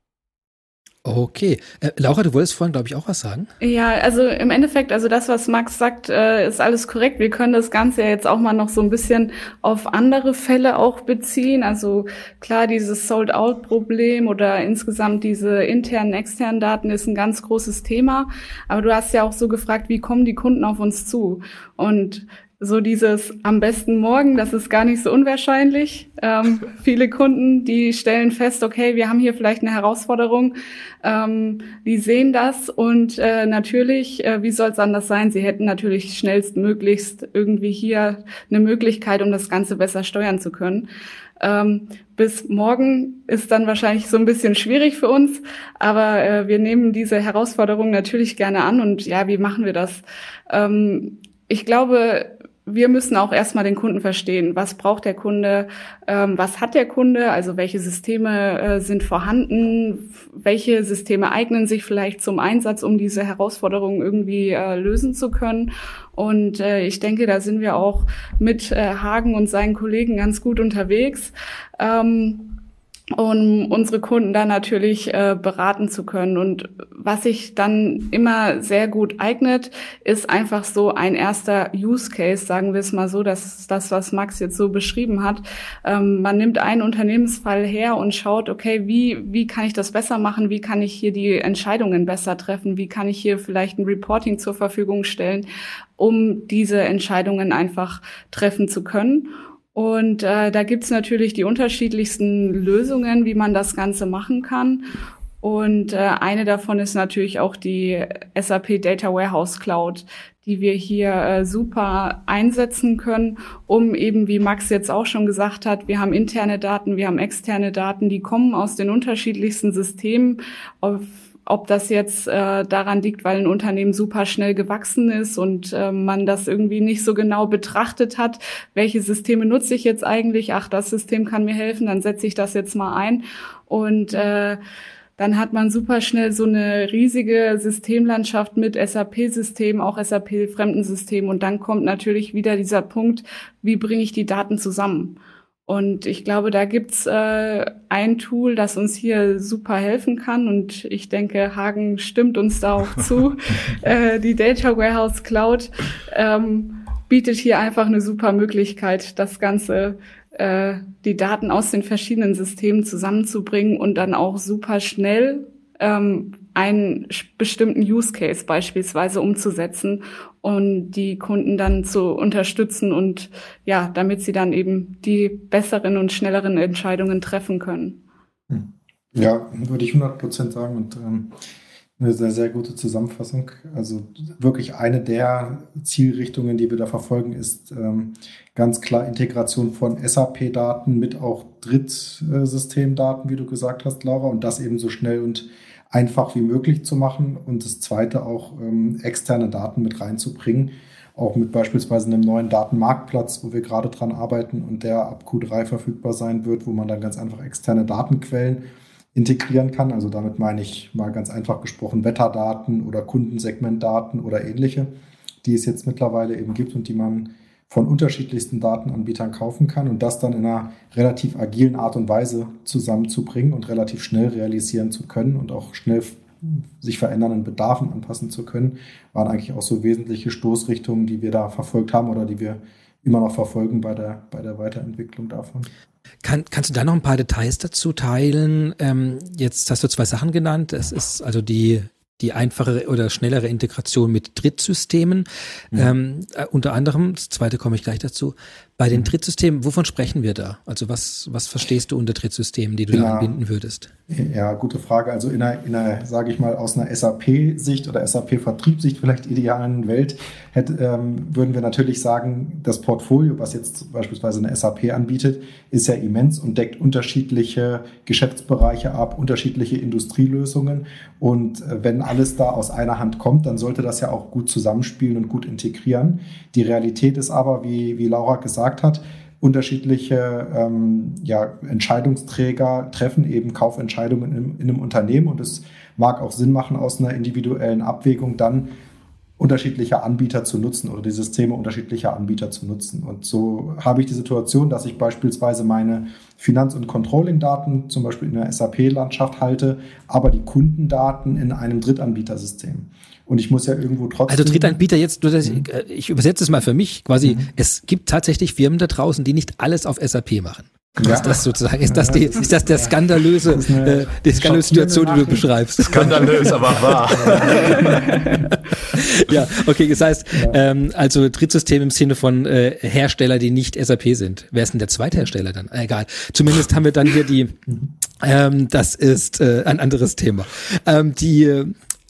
Okay. Äh, Laura, du wolltest vorhin, glaube ich, auch was sagen? Ja, also im Endeffekt, also das, was Max sagt, äh, ist alles korrekt. Wir können das Ganze ja jetzt auch mal noch so ein bisschen auf andere Fälle auch beziehen. Also klar, dieses Sold-Out-Problem oder insgesamt diese internen, externen Daten ist ein ganz großes Thema. Aber du hast ja auch so gefragt, wie kommen die Kunden auf uns zu? Und so dieses am besten morgen, das ist gar nicht so unwahrscheinlich. Ähm, viele Kunden, die stellen fest, okay, wir haben hier vielleicht eine Herausforderung. Ähm, die sehen das und äh, natürlich, äh, wie soll es anders sein? Sie hätten natürlich schnellstmöglichst irgendwie hier eine Möglichkeit, um das Ganze besser steuern zu können. Ähm, bis morgen ist dann wahrscheinlich so ein bisschen schwierig für uns, aber äh, wir nehmen diese Herausforderung natürlich gerne an und ja, wie machen wir das? Ähm, ich glaube, wir müssen auch erstmal den Kunden verstehen. Was braucht der Kunde? Ähm, was hat der Kunde? Also welche Systeme äh, sind vorhanden? Welche Systeme eignen sich vielleicht zum Einsatz, um diese Herausforderungen irgendwie äh, lösen zu können? Und äh, ich denke, da sind wir auch mit äh, Hagen und seinen Kollegen ganz gut unterwegs, ähm, um unsere Kunden dann natürlich äh, beraten zu können. Und was sich dann immer sehr gut eignet, ist einfach so ein erster Use Case, sagen wir es mal so, das ist das, was Max jetzt so beschrieben hat. Ähm, man nimmt einen Unternehmensfall her und schaut, okay, wie wie kann ich das besser machen, wie kann ich hier die Entscheidungen besser treffen, wie kann ich hier vielleicht ein Reporting zur Verfügung stellen, um diese Entscheidungen einfach treffen zu können. Und äh, da gibt's natürlich die unterschiedlichsten Lösungen, wie man das Ganze machen kann. Und äh, eine davon ist natürlich auch die S A P Data Warehouse Cloud, die wir hier äh, super einsetzen können, um eben, wie Max jetzt auch schon gesagt hat, wir haben interne Daten, wir haben externe Daten, die kommen aus den unterschiedlichsten Systemen. Auf Ob das jetzt äh, daran liegt, weil ein Unternehmen super schnell gewachsen ist und äh, man das irgendwie nicht so genau betrachtet hat, welche Systeme nutze ich jetzt eigentlich? Ach, das System kann mir helfen, dann setze ich das jetzt mal ein. Und äh, dann hat man super schnell so eine riesige Systemlandschaft mit S A P-Systemen, auch S A P-Fremdensystemen. Und dann kommt natürlich wieder dieser Punkt, wie bringe ich die Daten zusammen? Und ich glaube, da gibt's äh, ein Tool, das uns hier super helfen kann. Und ich denke, Hagen stimmt uns da auch zu. äh, die Data Warehouse Cloud ähm, bietet hier einfach eine super Möglichkeit, das Ganze, äh, die Daten aus den verschiedenen Systemen zusammenzubringen und dann auch super schnell ähm, einen bestimmten Use Case beispielsweise umzusetzen und die Kunden dann zu unterstützen und ja, damit sie dann eben die besseren und schnelleren Entscheidungen treffen können. Ja, würde ich hundert Prozent sagen und ähm, eine sehr, sehr gute Zusammenfassung. Also wirklich eine der Zielrichtungen, die wir da verfolgen, ist ähm, ganz klar Integration von S A P-Daten mit auch Drittsystemdaten, wie du gesagt hast, Laura, und das eben so schnell und einfach wie möglich zu machen und das Zweite auch ähm, externe Daten mit reinzubringen, auch mit beispielsweise einem neuen Datenmarktplatz, wo wir gerade dran arbeiten und der ab Q drei verfügbar sein wird, wo man dann ganz einfach externe Datenquellen integrieren kann. Also damit meine ich mal ganz einfach gesprochen Wetterdaten oder Kundensegmentdaten oder ähnliche, die es jetzt mittlerweile eben gibt und die man von unterschiedlichsten Datenanbietern kaufen kann und das dann in einer relativ agilen Art und Weise zusammenzubringen und relativ schnell realisieren zu können und auch schnell sich verändernden Bedarfen anpassen zu können, waren eigentlich auch so wesentliche Stoßrichtungen, die wir da verfolgt haben oder die wir immer noch verfolgen bei der, bei der Weiterentwicklung davon. Kann, kannst du da noch ein paar Details dazu teilen? Ähm, jetzt hast du zwei Sachen genannt. Es ist also die die einfache oder schnellere Integration mit Drittsystemen. Mhm. Ähm, äh, unter anderem, das zweite komme ich gleich dazu, bei den Drittsystemen, wovon sprechen wir da? Also was, was verstehst du unter Drittsystemen, die du ja, da anbinden würdest? Ja, gute Frage. Also in einer, in einer sage ich mal, aus einer S A P-Sicht oder S A P-Vertriebssicht vielleicht idealen Welt hätte, ähm, würden wir natürlich sagen, das Portfolio, was jetzt beispielsweise eine S A P anbietet, ist ja immens und deckt unterschiedliche Geschäftsbereiche ab, unterschiedliche Industrielösungen. Und äh, wenn alles da aus einer Hand kommt, dann sollte das ja auch gut zusammenspielen und gut integrieren. Die Realität ist aber, wie, wie Laura gesagt hat, unterschiedliche ähm, ja, Entscheidungsträger treffen eben Kaufentscheidungen in, in einem Unternehmen und es mag auch Sinn machen, aus einer individuellen Abwägung dann unterschiedliche Anbieter zu nutzen oder die Systeme unterschiedlicher Anbieter zu nutzen. Und so habe ich die Situation, dass ich beispielsweise meine Finanz- und Controlling-Daten zum Beispiel in der S A P-Landschaft halte, aber die Kundendaten in einem Drittanbietersystem. Und ich muss ja irgendwo trotzdem... Also Drittanbieter jetzt, nur dass ich, ich übersetze es mal für mich, quasi, mhm. es gibt tatsächlich Firmen da draußen, die nicht alles auf S A P machen. Ja. Ist das sozusagen, ist das die, ist das der skandalöse, das äh, die skandalöse Situation, die du beschreibst? Skandalös, aber wahr. Ja, okay, das heißt, ja. ähm, also Drittsystem im Sinne von äh, Hersteller, die nicht S A P sind. Wer ist denn der Zweithersteller dann? Äh, egal. Zumindest haben wir dann hier die, ähm, das ist äh, ein anderes Thema. Ähm, die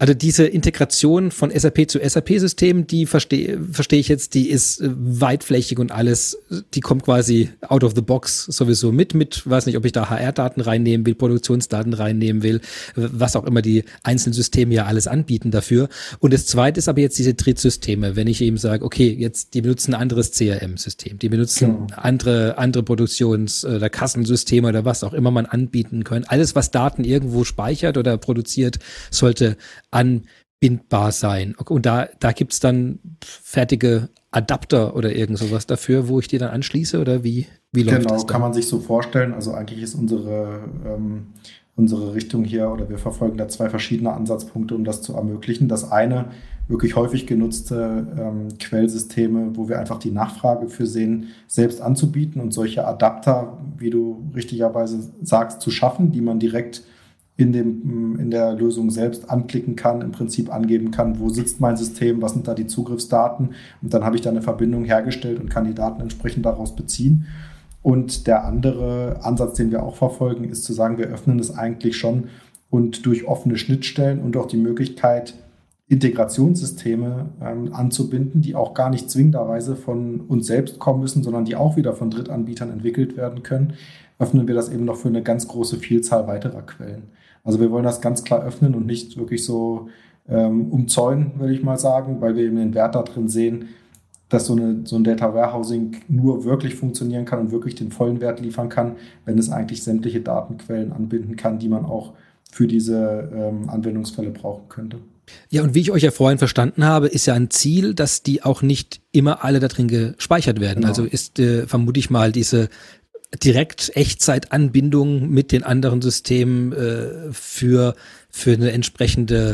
Also diese Integration von S A P zu S A P-Systemen, die verstehe verstehe ich jetzt, die ist weitflächig und alles, die kommt quasi out of the box sowieso mit, mit, weiß nicht, ob ich da H R-Daten reinnehmen will, Produktionsdaten reinnehmen will, was auch immer die einzelnen Systeme ja alles anbieten dafür. Und das zweite ist aber jetzt diese Trittsysteme, wenn ich eben sage, okay, jetzt, die benutzen ein anderes C R M-System, die benutzen genau. andere, andere Produktions- oder Kassensysteme oder was auch immer man anbieten kann. Alles, was Daten irgendwo speichert oder produziert, sollte anbindbar sein. Und da, da gibt's dann fertige Adapter oder irgend sowas dafür, wo ich die dann anschließe oder wie, wie läuft genau, das? Genau, kann man sich so vorstellen. Also eigentlich ist unsere, ähm, unsere Richtung hier oder wir verfolgen da zwei verschiedene Ansatzpunkte, um das zu ermöglichen. Das eine, wirklich häufig genutzte ähm, Quellsysteme, wo wir einfach die Nachfrage für sehen, selbst anzubieten und solche Adapter, wie du richtigerweise sagst, zu schaffen, die man direkt in dem, in der Lösung selbst anklicken kann, im Prinzip angeben kann, wo sitzt mein System, was sind da die Zugriffsdaten und dann habe ich da eine Verbindung hergestellt und kann die Daten entsprechend daraus beziehen. Und der andere Ansatz, den wir auch verfolgen, ist zu sagen, wir öffnen es eigentlich schon und durch offene Schnittstellen und auch die Möglichkeit, Integrationssysteme ähm, anzubinden, die auch gar nicht zwingenderweise von uns selbst kommen müssen, sondern die auch wieder von Drittanbietern entwickelt werden können, öffnen wir das eben noch für eine ganz große Vielzahl weiterer Quellen. Also wir wollen das ganz klar öffnen und nicht wirklich so ähm, umzäunen, würde ich mal sagen, weil wir eben den Wert da drin sehen, dass so, eine, so ein Data Warehousing nur wirklich funktionieren kann und wirklich den vollen Wert liefern kann, wenn es eigentlich sämtliche Datenquellen anbinden kann, die man auch für diese ähm, Anwendungsfälle brauchen könnte. Ja, und wie ich euch ja vorhin verstanden habe, ist ja ein Ziel, dass die auch nicht immer alle da drin gespeichert werden. Genau. Also ist äh, vermute ich mal diese direkt Echtzeitanbindung mit den anderen Systemen äh, für für eine entsprechende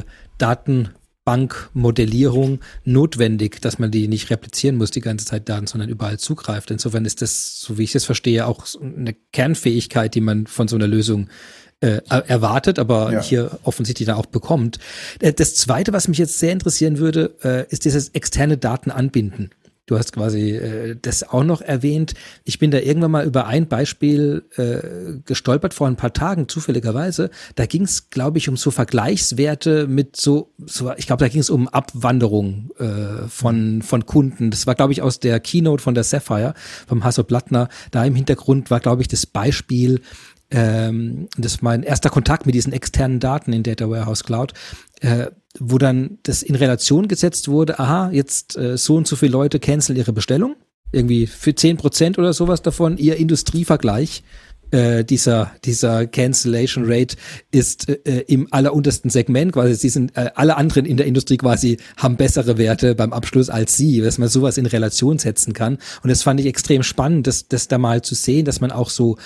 Datenbankmodellierung notwendig, dass man die nicht replizieren muss, die ganze Zeit Daten, sondern überall zugreift. Insofern ist das, so wie ich das verstehe, auch eine Kernfähigkeit, die man von so einer Lösung äh, erwartet, aber ja. hier offensichtlich dann auch bekommt. Das Zweite, was mich jetzt sehr interessieren würde, äh, ist dieses externe Datenanbinden. Du hast quasi äh, das auch noch erwähnt. Ich bin da irgendwann mal über ein Beispiel äh, gestolpert vor ein paar Tagen, zufälligerweise. Da ging es, glaube ich, um so Vergleichswerte mit so, so ich glaube, da ging es um Abwanderung äh, von von Kunden. Das war, glaube ich, aus der Keynote von der Sapphire, vom Hasso Plattner. Da im Hintergrund war, glaube ich, das Beispiel, ähm, das ist mein erster Kontakt mit diesen externen Daten in Data Warehouse Cloud, äh, wo dann das in Relation gesetzt wurde, aha, jetzt äh, so und so viele Leute canceln ihre Bestellung, irgendwie für zehn Prozent oder sowas davon, ihr Industrievergleich, äh, dieser dieser Cancellation Rate ist äh, im alleruntersten Segment, quasi sie sind, äh, alle anderen in der Industrie quasi haben bessere Werte beim Abschluss als sie, dass man sowas in Relation setzen kann. Und das fand ich extrem spannend, das, das da mal zu sehen, dass man auch so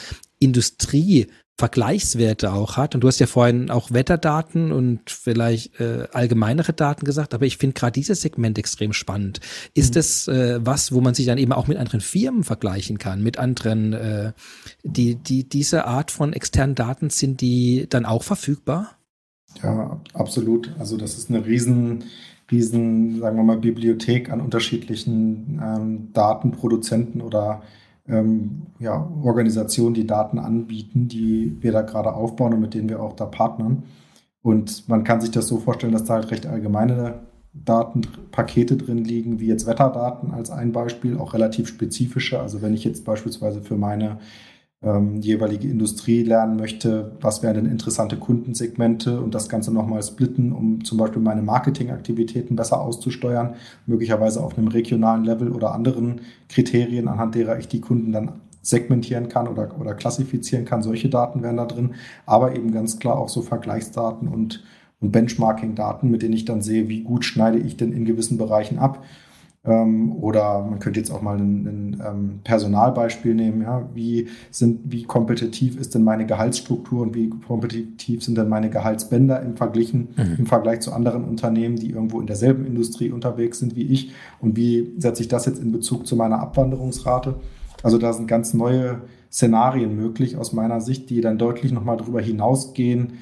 Industrie-Vergleichswerte auch hat. Und du hast ja vorhin auch Wetterdaten und vielleicht äh, allgemeinere Daten gesagt, aber ich finde gerade dieses Segment extrem spannend. Ist das äh, was, wo man sich dann eben auch mit anderen Firmen vergleichen kann, mit anderen, äh, die, die diese Art von externen Daten, sind die dann auch verfügbar? Ja, absolut. Also das ist eine riesen, riesen, sagen wir mal, Bibliothek an unterschiedlichen ähm, Datenproduzenten oder Ähm, ja, Organisationen, die Daten anbieten, die wir da gerade aufbauen und mit denen wir auch da partnern. Und man kann sich das so vorstellen, dass da halt recht allgemeine Datenpakete drin liegen, wie jetzt Wetterdaten als ein Beispiel, auch relativ spezifische. Also wenn ich jetzt beispielsweise für meine ähm, jeweilige Industrie lernen möchte, was wären denn interessante Kundensegmente und das Ganze nochmal splitten, um zum Beispiel meine Marketingaktivitäten besser auszusteuern, möglicherweise auf einem regionalen Level oder anderen Kriterien, anhand derer ich die Kunden dann segmentieren kann oder, oder klassifizieren kann. Solche Daten wären da drin, aber eben ganz klar auch so Vergleichsdaten und, und Benchmarking-Daten, mit denen ich dann sehe, wie gut schneide ich denn in gewissen Bereichen ab. Ähm, oder man könnte jetzt auch mal ein, ein ähm, Personalbeispiel nehmen. Ja? Wie, sind, wie kompetitiv ist denn meine Gehaltsstruktur und wie kompetitiv sind denn meine Gehaltsbänder im, Verglichen, mhm. im Vergleich zu anderen Unternehmen, die irgendwo in derselben Industrie unterwegs sind wie ich? Und wie setze ich das jetzt in Bezug zu meiner Abwanderungsrate? Also da sind ganz neue Szenarien möglich aus meiner Sicht, die dann deutlich nochmal darüber hinausgehen,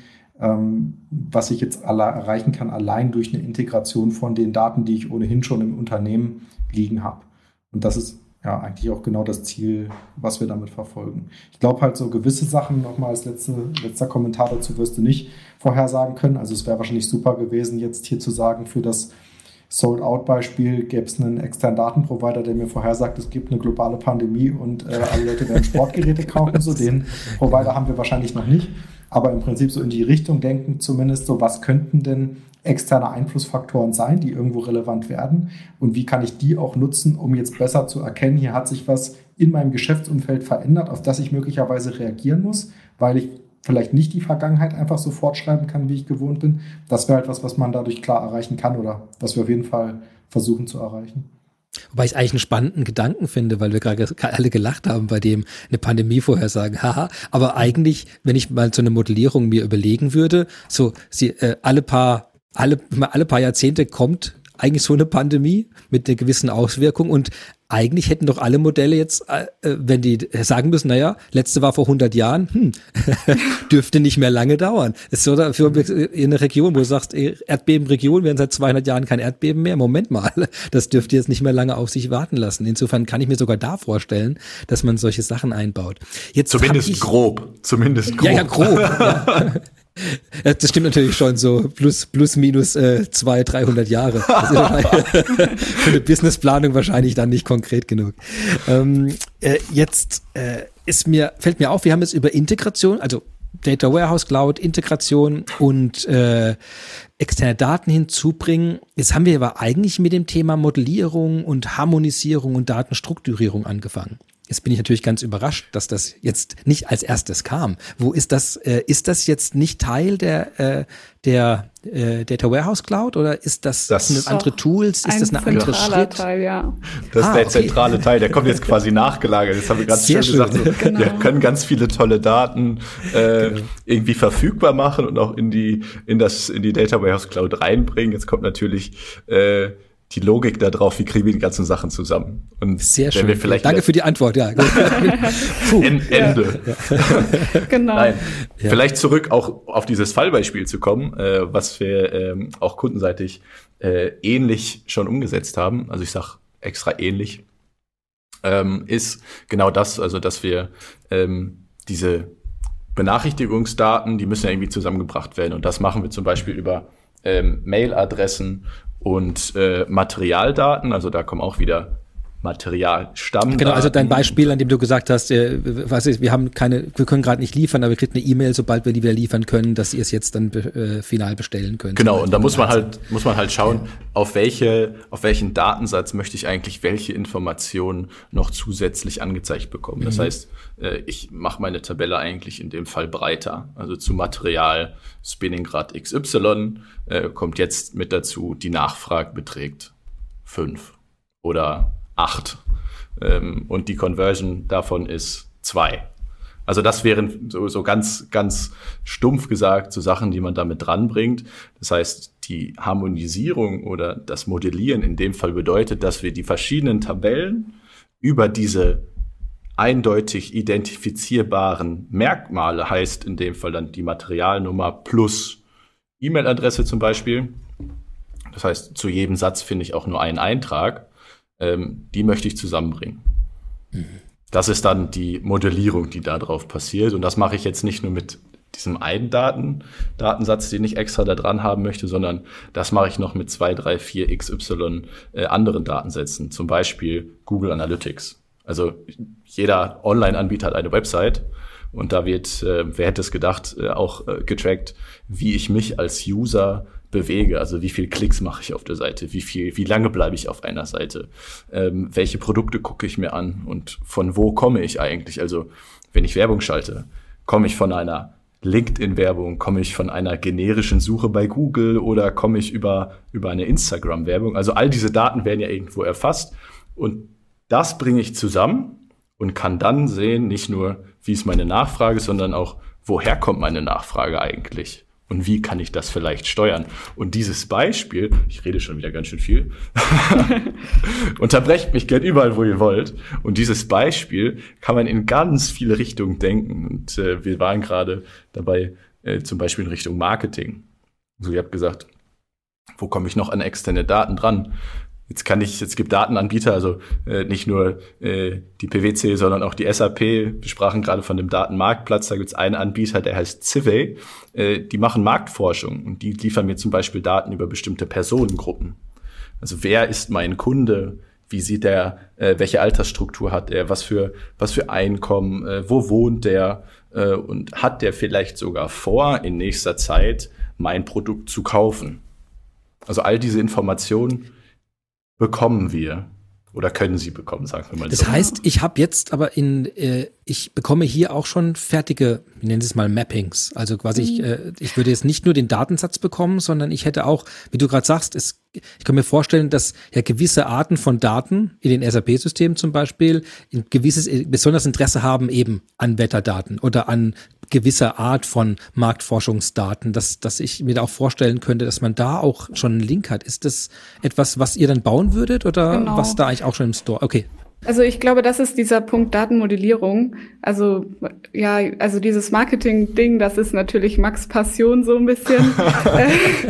was ich jetzt alle erreichen kann, allein durch eine Integration von den Daten, die ich ohnehin schon im Unternehmen liegen habe. Und das ist ja eigentlich auch genau das Ziel, was wir damit verfolgen. Ich glaube halt so gewisse Sachen, nochmal als letzte, letzter Kommentar dazu, wirst du nicht vorhersagen können. Also es wäre wahrscheinlich super gewesen, jetzt hier zu sagen, für das Sold-Out-Beispiel gäbe es einen externen Datenprovider, der mir vorhersagt, es gibt eine globale Pandemie und äh, alle Leute werden Sportgeräte kaufen. So, den Provider haben wir wahrscheinlich noch nicht. Aber im Prinzip so in die Richtung denken zumindest so, was könnten denn externe Einflussfaktoren sein, die irgendwo relevant werden und wie kann ich die auch nutzen, um jetzt besser zu erkennen, hier hat sich was in meinem Geschäftsumfeld verändert, auf das ich möglicherweise reagieren muss, weil ich vielleicht nicht die Vergangenheit einfach so fortschreiben kann, wie ich gewohnt bin. Das wäre etwas, was man dadurch klar erreichen kann oder was wir auf jeden Fall versuchen zu erreichen. Wobei ich eigentlich einen spannenden Gedanken finde, weil wir gerade alle gelacht haben bei dem eine Pandemie vorhersagen. Haha, aber eigentlich, wenn ich mal so eine Modellierung mir überlegen würde, so sie äh, alle paar alle alle paar Jahrzehnte kommt eigentlich so eine Pandemie mit einer gewissen Auswirkung und eigentlich hätten doch alle Modelle jetzt, äh, wenn die sagen müssen, naja, letzte war vor hundert Jahren, hm, dürfte nicht mehr lange dauern. Es ist so für in einer Region, wo du sagst, Erdbebenregion, werden seit zweihundert Jahren kein Erdbeben mehr. Moment mal, das dürfte jetzt nicht mehr lange auf sich warten lassen. Insofern kann ich mir sogar da vorstellen, dass man solche Sachen einbaut. Jetzt zumindest ich, grob, zumindest grob. Ja, ja, grob, ja. Das stimmt natürlich schon, so plus, plus minus äh, zweihundert, dreihundert Jahre. Das ist für eine Businessplanung wahrscheinlich dann nicht konkret genug. Ähm, äh, jetzt äh, ist mir, fällt mir auf, wir haben jetzt über Integration, also Data Warehouse Cloud, Integration und äh, externe Daten hinzubringen. Jetzt haben wir aber eigentlich mit dem Thema Modellierung und Harmonisierung und Datenstrukturierung angefangen. Jetzt bin ich natürlich ganz überrascht, dass das jetzt nicht als erstes kam. Wo ist das? Äh, ist das jetzt nicht Teil der äh, der äh, Data Warehouse Cloud oder ist das, das sind das andere Tools? Ist das ein anderer Schritt? Teil, ja. Das ist ah, der okay. zentrale Teil. Der kommt jetzt quasi nachgelagert. Jetzt haben wir ganz Sehr schön gesagt, so, genau. wir können ganz viele tolle Daten äh, genau. irgendwie verfügbar machen und auch in die in das in die Data Warehouse Cloud reinbringen. Jetzt kommt natürlich äh, die Logik da drauf, wie kriegen wir die ganzen Sachen zusammen. Und sehr schön. Wir vielleicht Danke für die Antwort, ja. Puh. Ende. Ja. Genau. Nein. Ja. Vielleicht zurück auch auf dieses Fallbeispiel zu kommen, äh, was wir ähm, auch kundenseitig äh, ähnlich schon umgesetzt haben. Also ich sag extra ähnlich, ähm, ist genau das, also dass wir ähm, diese Benachrichtigungsdaten, die müssen ja irgendwie zusammengebracht werden. Und das machen wir zum Beispiel über ähm, Mailadressen und äh, Materialdaten, also da kommen auch wieder Materialstammdaten. Genau, also dein Beispiel, an dem du gesagt hast, äh, was ist, wir haben keine, wir können gerade nicht liefern, aber wir kriegen eine E-Mail, sobald wir die wieder liefern können, dass ihr es jetzt dann äh, final bestellen könnt. Genau, und da muss man halt muss man halt schauen, ja. auf welche auf welchen Datensatz möchte ich eigentlich welche Informationen noch zusätzlich angezeigt bekommen. Das mhm. heißt, äh, ich mache meine Tabelle eigentlich in dem Fall breiter. Also zu Material Spinningrad X Y äh, kommt jetzt mit dazu, die Nachfrage beträgt fünf oder acht. Ähm, und die Conversion davon ist zwei. Also das wären so, so ganz, ganz stumpf gesagt so Sachen, die man damit dranbringt. Das heißt, die Harmonisierung oder das Modellieren in dem Fall bedeutet, dass wir die verschiedenen Tabellen über diese eindeutig identifizierbaren Merkmale, heißt in dem Fall dann die Materialnummer plus E-Mail-Adresse zum Beispiel. Das heißt, zu jedem Satz finde ich auch nur einen Eintrag. Ähm, die möchte ich zusammenbringen. Mhm. Das ist dann die Modellierung, die da drauf passiert. Und das mache ich jetzt nicht nur mit diesem einen Daten, Datensatz, den ich extra da dran haben möchte, sondern das mache ich noch mit zwei, drei, vier X Y äh, anderen Datensätzen. Zum Beispiel Google Analytics. Also jeder Online-Anbieter hat eine Website. Und da wird, äh, wer hätte es gedacht, äh, auch äh, getrackt, wie ich mich als User bewege, also wie viel Klicks mache ich auf der Seite, wie viel, wie lange bleibe ich auf einer Seite, ähm, welche Produkte gucke ich mir an und von wo komme ich eigentlich? Also wenn ich Werbung schalte, komme ich von einer LinkedIn-Werbung, komme ich von einer generischen Suche bei Google oder komme ich über über eine Instagram-Werbung? Also all diese Daten werden ja irgendwo erfasst und das bringe ich zusammen und kann dann sehen, nicht nur, wie ist meine Nachfrage, sondern auch, woher kommt meine Nachfrage eigentlich? Und wie kann ich das vielleicht steuern? Und dieses Beispiel, ich rede schon wieder ganz schön viel, unterbrecht mich gern überall, wo ihr wollt. Und dieses Beispiel kann man in ganz viele Richtungen denken. Und äh, wir waren gerade dabei, äh, zum Beispiel in Richtung Marketing. Also ihr habt gesagt, wo komme ich noch an externe Daten dran? Jetzt kann ich, es gibt Datenanbieter, also äh, nicht nur äh, die P W C, sondern auch die S A P. Wir sprachen gerade von dem Datenmarktplatz. Da gibt es einen Anbieter, der heißt Civey. Äh, die machen Marktforschung und die liefern mir zum Beispiel Daten über bestimmte Personengruppen. Also wer ist mein Kunde? Wie sieht der? Äh, welche Altersstruktur hat er? Was für was für Einkommen? Äh, wo wohnt der? Äh, und hat der vielleicht sogar vor, in nächster Zeit mein Produkt zu kaufen? Also all diese Informationen bekommen wir oder können sie bekommen, sagen wir mal so. Das heißt, ich habe jetzt aber in, äh, ich bekomme hier auch schon fertige, wir nennen es mal Mappings. Also quasi, ich, äh, ich würde jetzt nicht nur den Datensatz bekommen, sondern ich hätte auch, wie du gerade sagst, es, ich kann mir vorstellen, dass ja gewisse Arten von Daten in den S A P-Systemen zum Beispiel ein gewisses, besonders Interesse haben eben an Wetterdaten oder an gewisser Art von Marktforschungsdaten, dass, dass ich mir da auch vorstellen könnte, dass man da auch schon einen Link hat. Ist das etwas, was ihr dann bauen würdet oder genau. was da eigentlich auch schon im Store? Okay. Also ich glaube, das ist dieser Punkt Datenmodellierung. Also ja, also dieses Marketing-Ding, das ist natürlich Max' Passion so ein bisschen. äh,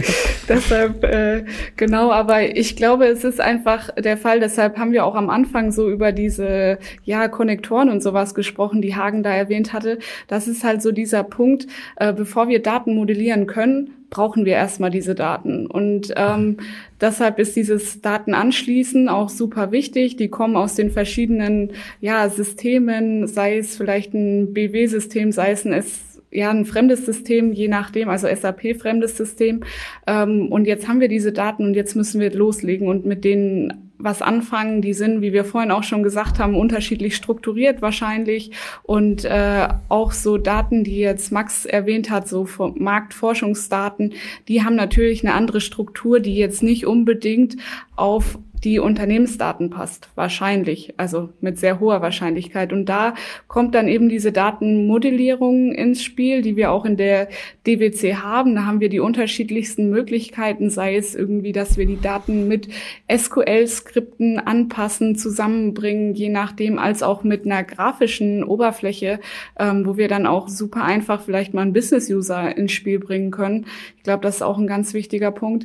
deshalb äh, genau, aber ich glaube, es ist einfach der Fall. Deshalb haben wir auch am Anfang so über diese ja Konnektoren und sowas gesprochen, die Hagen da erwähnt hatte. Das ist halt so dieser Punkt, äh, bevor wir Daten modellieren können, brauchen wir erstmal diese Daten. Und ähm, deshalb ist dieses Datenanschließen auch super wichtig. Die kommen aus den verschiedenen ja Systemen, sei es vielleicht ein B W-System, sei es ein S ja ein fremdes System, je nachdem, also S A P-fremdes System. Ähm, und jetzt haben wir diese Daten und jetzt müssen wir loslegen und mit denen was anfangen. Die sind, wie wir vorhin auch schon gesagt haben, unterschiedlich strukturiert wahrscheinlich. Und äh, auch so Daten, die jetzt Max erwähnt hat, so Marktforschungsdaten, die haben natürlich eine andere Struktur, die jetzt nicht unbedingt auf die Unternehmensdaten passt, wahrscheinlich, also mit sehr hoher Wahrscheinlichkeit. Und da kommt dann eben diese Datenmodellierung ins Spiel, die wir auch in der D W C haben. Da haben wir die unterschiedlichsten Möglichkeiten, sei es irgendwie, dass wir die Daten mit S Q L-Skripten anpassen, zusammenbringen, je nachdem, als auch mit einer grafischen Oberfläche, ähm, wo wir dann auch super einfach vielleicht mal einen Business-User ins Spiel bringen können. Ich glaube, das ist auch ein ganz wichtiger Punkt.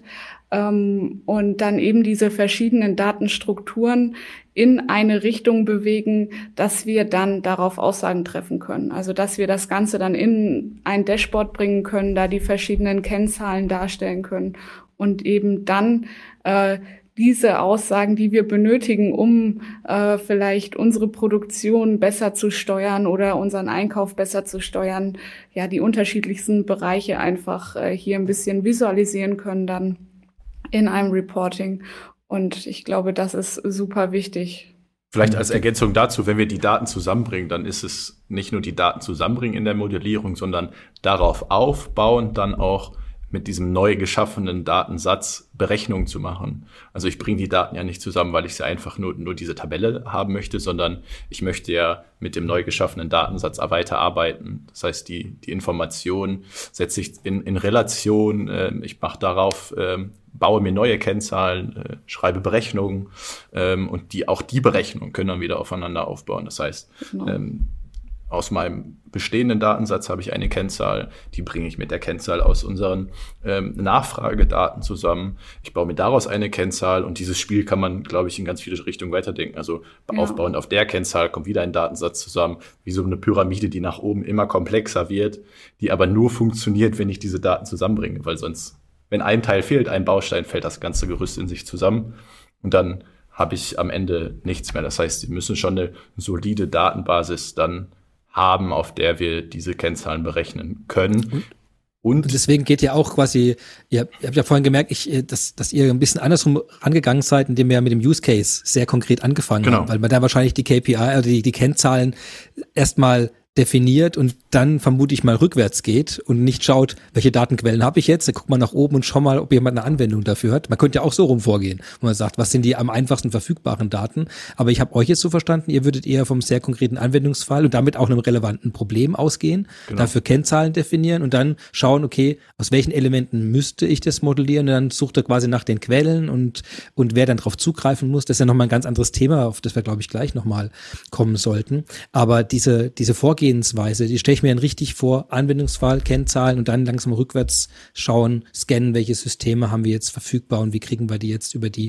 Und dann eben diese verschiedenen Datenstrukturen in eine Richtung bewegen, dass wir dann darauf Aussagen treffen können. Also dass wir das Ganze dann in ein Dashboard bringen können, da die verschiedenen Kennzahlen darstellen können und eben dann äh, diese Aussagen, die wir benötigen, um äh, vielleicht unsere Produktion besser zu steuern oder unseren Einkauf besser zu steuern, ja, die unterschiedlichsten Bereiche einfach äh, hier ein bisschen visualisieren können dann in einem Reporting. Und ich glaube, das ist super wichtig. Vielleicht als Ergänzung dazu, wenn wir die Daten zusammenbringen, dann ist es nicht nur die Daten zusammenbringen in der Modellierung, sondern darauf aufbauen, dann auch mit diesem neu geschaffenen Datensatz Berechnungen zu machen. Also ich bringe die Daten ja nicht zusammen, weil ich sie einfach nur, nur diese Tabelle haben möchte, sondern ich möchte ja mit dem neu geschaffenen Datensatz weiterarbeiten. Das heißt, die, die Information setze ich in, in Relation, äh, ich mache darauf, äh, baue mir neue Kennzahlen, äh, schreibe Berechnungen ähm, und die auch die Berechnungen können dann wieder aufeinander aufbauen. Das heißt, genau. ähm, aus meinem bestehenden Datensatz habe ich eine Kennzahl, die bringe ich mit der Kennzahl aus unseren ähm, Nachfragedaten zusammen. Ich baue mir daraus eine Kennzahl und dieses Spiel kann man, glaube ich, in ganz viele Richtungen weiterdenken. Also ja. Aufbauend auf der Kennzahl kommt wieder ein Datensatz zusammen, wie so eine Pyramide, die nach oben immer komplexer wird, die aber nur funktioniert, wenn ich diese Daten zusammenbringe, weil sonst, wenn ein Teil fehlt, ein Baustein, fällt das ganze Gerüst in sich zusammen und dann habe ich am Ende nichts mehr. Das heißt, Sie müssen schon eine solide Datenbasis dann haben, auf der wir diese Kennzahlen berechnen können. Und, und deswegen geht ja auch quasi, ihr, ihr habt ja vorhin gemerkt, ich, dass, dass ihr ein bisschen andersrum rangegangen seid, indem wir mit dem Use Case sehr konkret angefangen genau. haben, weil man da wahrscheinlich die K P I, also die, die Kennzahlen erstmal definiert und dann vermute ich mal rückwärts geht und nicht schaut, welche Datenquellen habe ich jetzt, dann guckt man nach oben und schaut mal, ob jemand eine Anwendung dafür hat. Man könnte ja auch so rum vorgehen, wo man sagt, was sind die am einfachsten verfügbaren Daten, aber ich habe euch jetzt so verstanden, ihr würdet eher vom sehr konkreten Anwendungsfall und damit auch einem relevanten Problem ausgehen, genau. Dafür Kennzahlen definieren und dann schauen, okay, aus welchen Elementen müsste ich das modellieren und dann sucht er quasi nach den Quellen und und wer dann drauf zugreifen muss, das ist ja nochmal ein ganz anderes Thema, auf das wir, glaube ich, gleich nochmal kommen sollten, aber diese diese Vorgehensweise, die stelle ich mir dann richtig vor, Anwendungsfall, Kennzahlen und dann langsam rückwärts schauen, scannen, welche Systeme haben wir jetzt verfügbar und wie kriegen wir die jetzt über die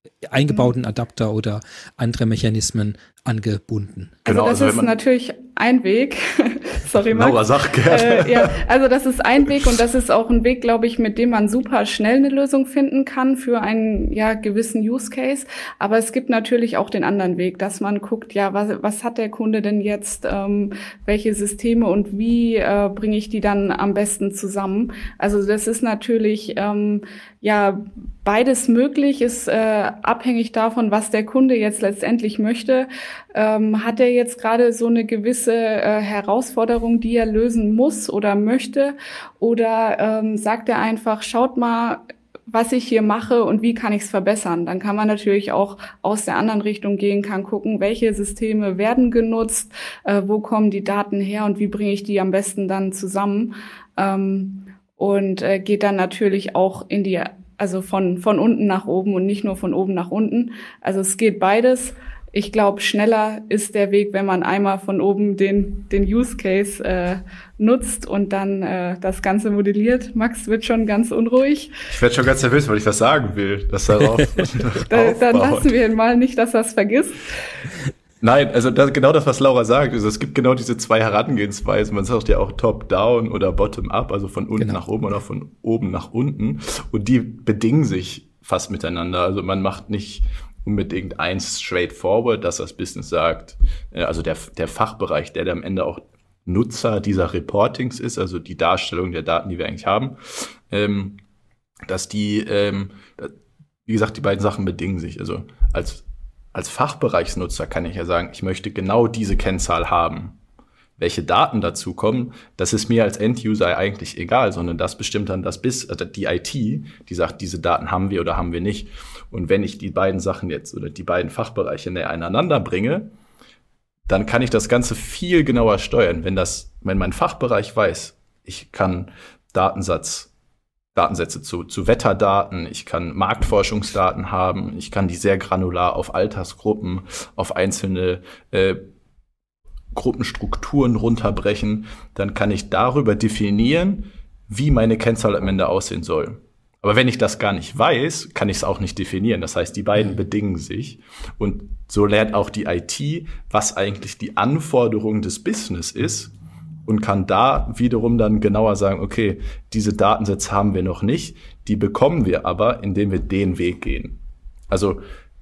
eingebauten Adapter oder andere Mechanismen angebunden. Also Genau, das also ist natürlich ein Weg. Sorry, Max. Laura, sag gerne. Äh, ja, also das ist ein Weg und das ist auch ein Weg, glaube ich, mit dem man super schnell eine Lösung finden kann für einen ja gewissen Use Case. Aber es gibt natürlich auch den anderen Weg, dass man guckt, ja, was, was hat der Kunde denn jetzt, ähm, welche Systeme und wie äh, bringe ich die dann am besten zusammen? Also das ist natürlich ähm, ja beides möglich, ist äh, abhängig davon, was der Kunde jetzt letztendlich möchte. Ähm, hat er jetzt gerade so eine gewisse äh, Herausforderung, die er lösen muss oder möchte? Oder ähm, sagt er einfach, schaut mal, was ich hier mache und wie kann ich es verbessern? Dann kann man natürlich auch aus der anderen Richtung gehen, kann gucken, welche Systeme werden genutzt, äh, wo kommen die Daten her und wie bringe ich die am besten dann zusammen? Ähm, und äh, geht dann natürlich auch in die, also von von unten nach oben und nicht nur von oben nach unten. Also es geht beides. Ich glaube, schneller ist der Weg, wenn man einmal von oben den den Use Case äh, nutzt und dann äh, das Ganze modelliert. Max wird schon ganz unruhig. Ich werde schon ganz nervös, weil ich was sagen will. Das darauf da, dann lassen wir ihn mal nicht, dass er es vergisst. Nein, also das, genau das, was Laura sagt. Also es gibt genau diese zwei Herangehensweisen. Man sagt ja auch Top-Down oder Bottom-Up, also von unten genau. nach oben oder von oben nach unten. Und die bedingen sich fast miteinander. Also man macht nicht unbedingt eins straightforward, dass das Business sagt, also der, der Fachbereich, der am Ende auch Nutzer dieser Reportings ist, also die Darstellung der Daten, die wir eigentlich haben, ähm, dass die, ähm, wie gesagt, die beiden Sachen bedingen sich. Also als Als Fachbereichsnutzer kann ich ja sagen, ich möchte genau diese Kennzahl haben. Welche Daten dazu kommen, das ist mir als End-User eigentlich egal, sondern das bestimmt dann das Bis, also die I T, die sagt, diese Daten haben wir oder haben wir nicht. Und wenn ich die beiden Sachen jetzt oder die beiden Fachbereiche näher aneinander bringe, dann kann ich das Ganze viel genauer steuern. Wenn das, wenn mein Fachbereich weiß, ich kann Datensatz Datensätze zu, zu Wetterdaten, ich kann Marktforschungsdaten haben, ich kann die sehr granular auf Altersgruppen, auf einzelne äh, Gruppenstrukturen runterbrechen, dann kann ich darüber definieren, wie meine Kennzahl am Ende aussehen soll. Aber wenn ich das gar nicht weiß, kann ich es auch nicht definieren. Das heißt, die beiden bedingen sich. Und so lernt auch die I T, was eigentlich die Anforderung des Business ist, und kann da wiederum dann genauer sagen, okay, diese Datensätze haben wir noch nicht, die bekommen wir aber, indem wir den Weg gehen. Also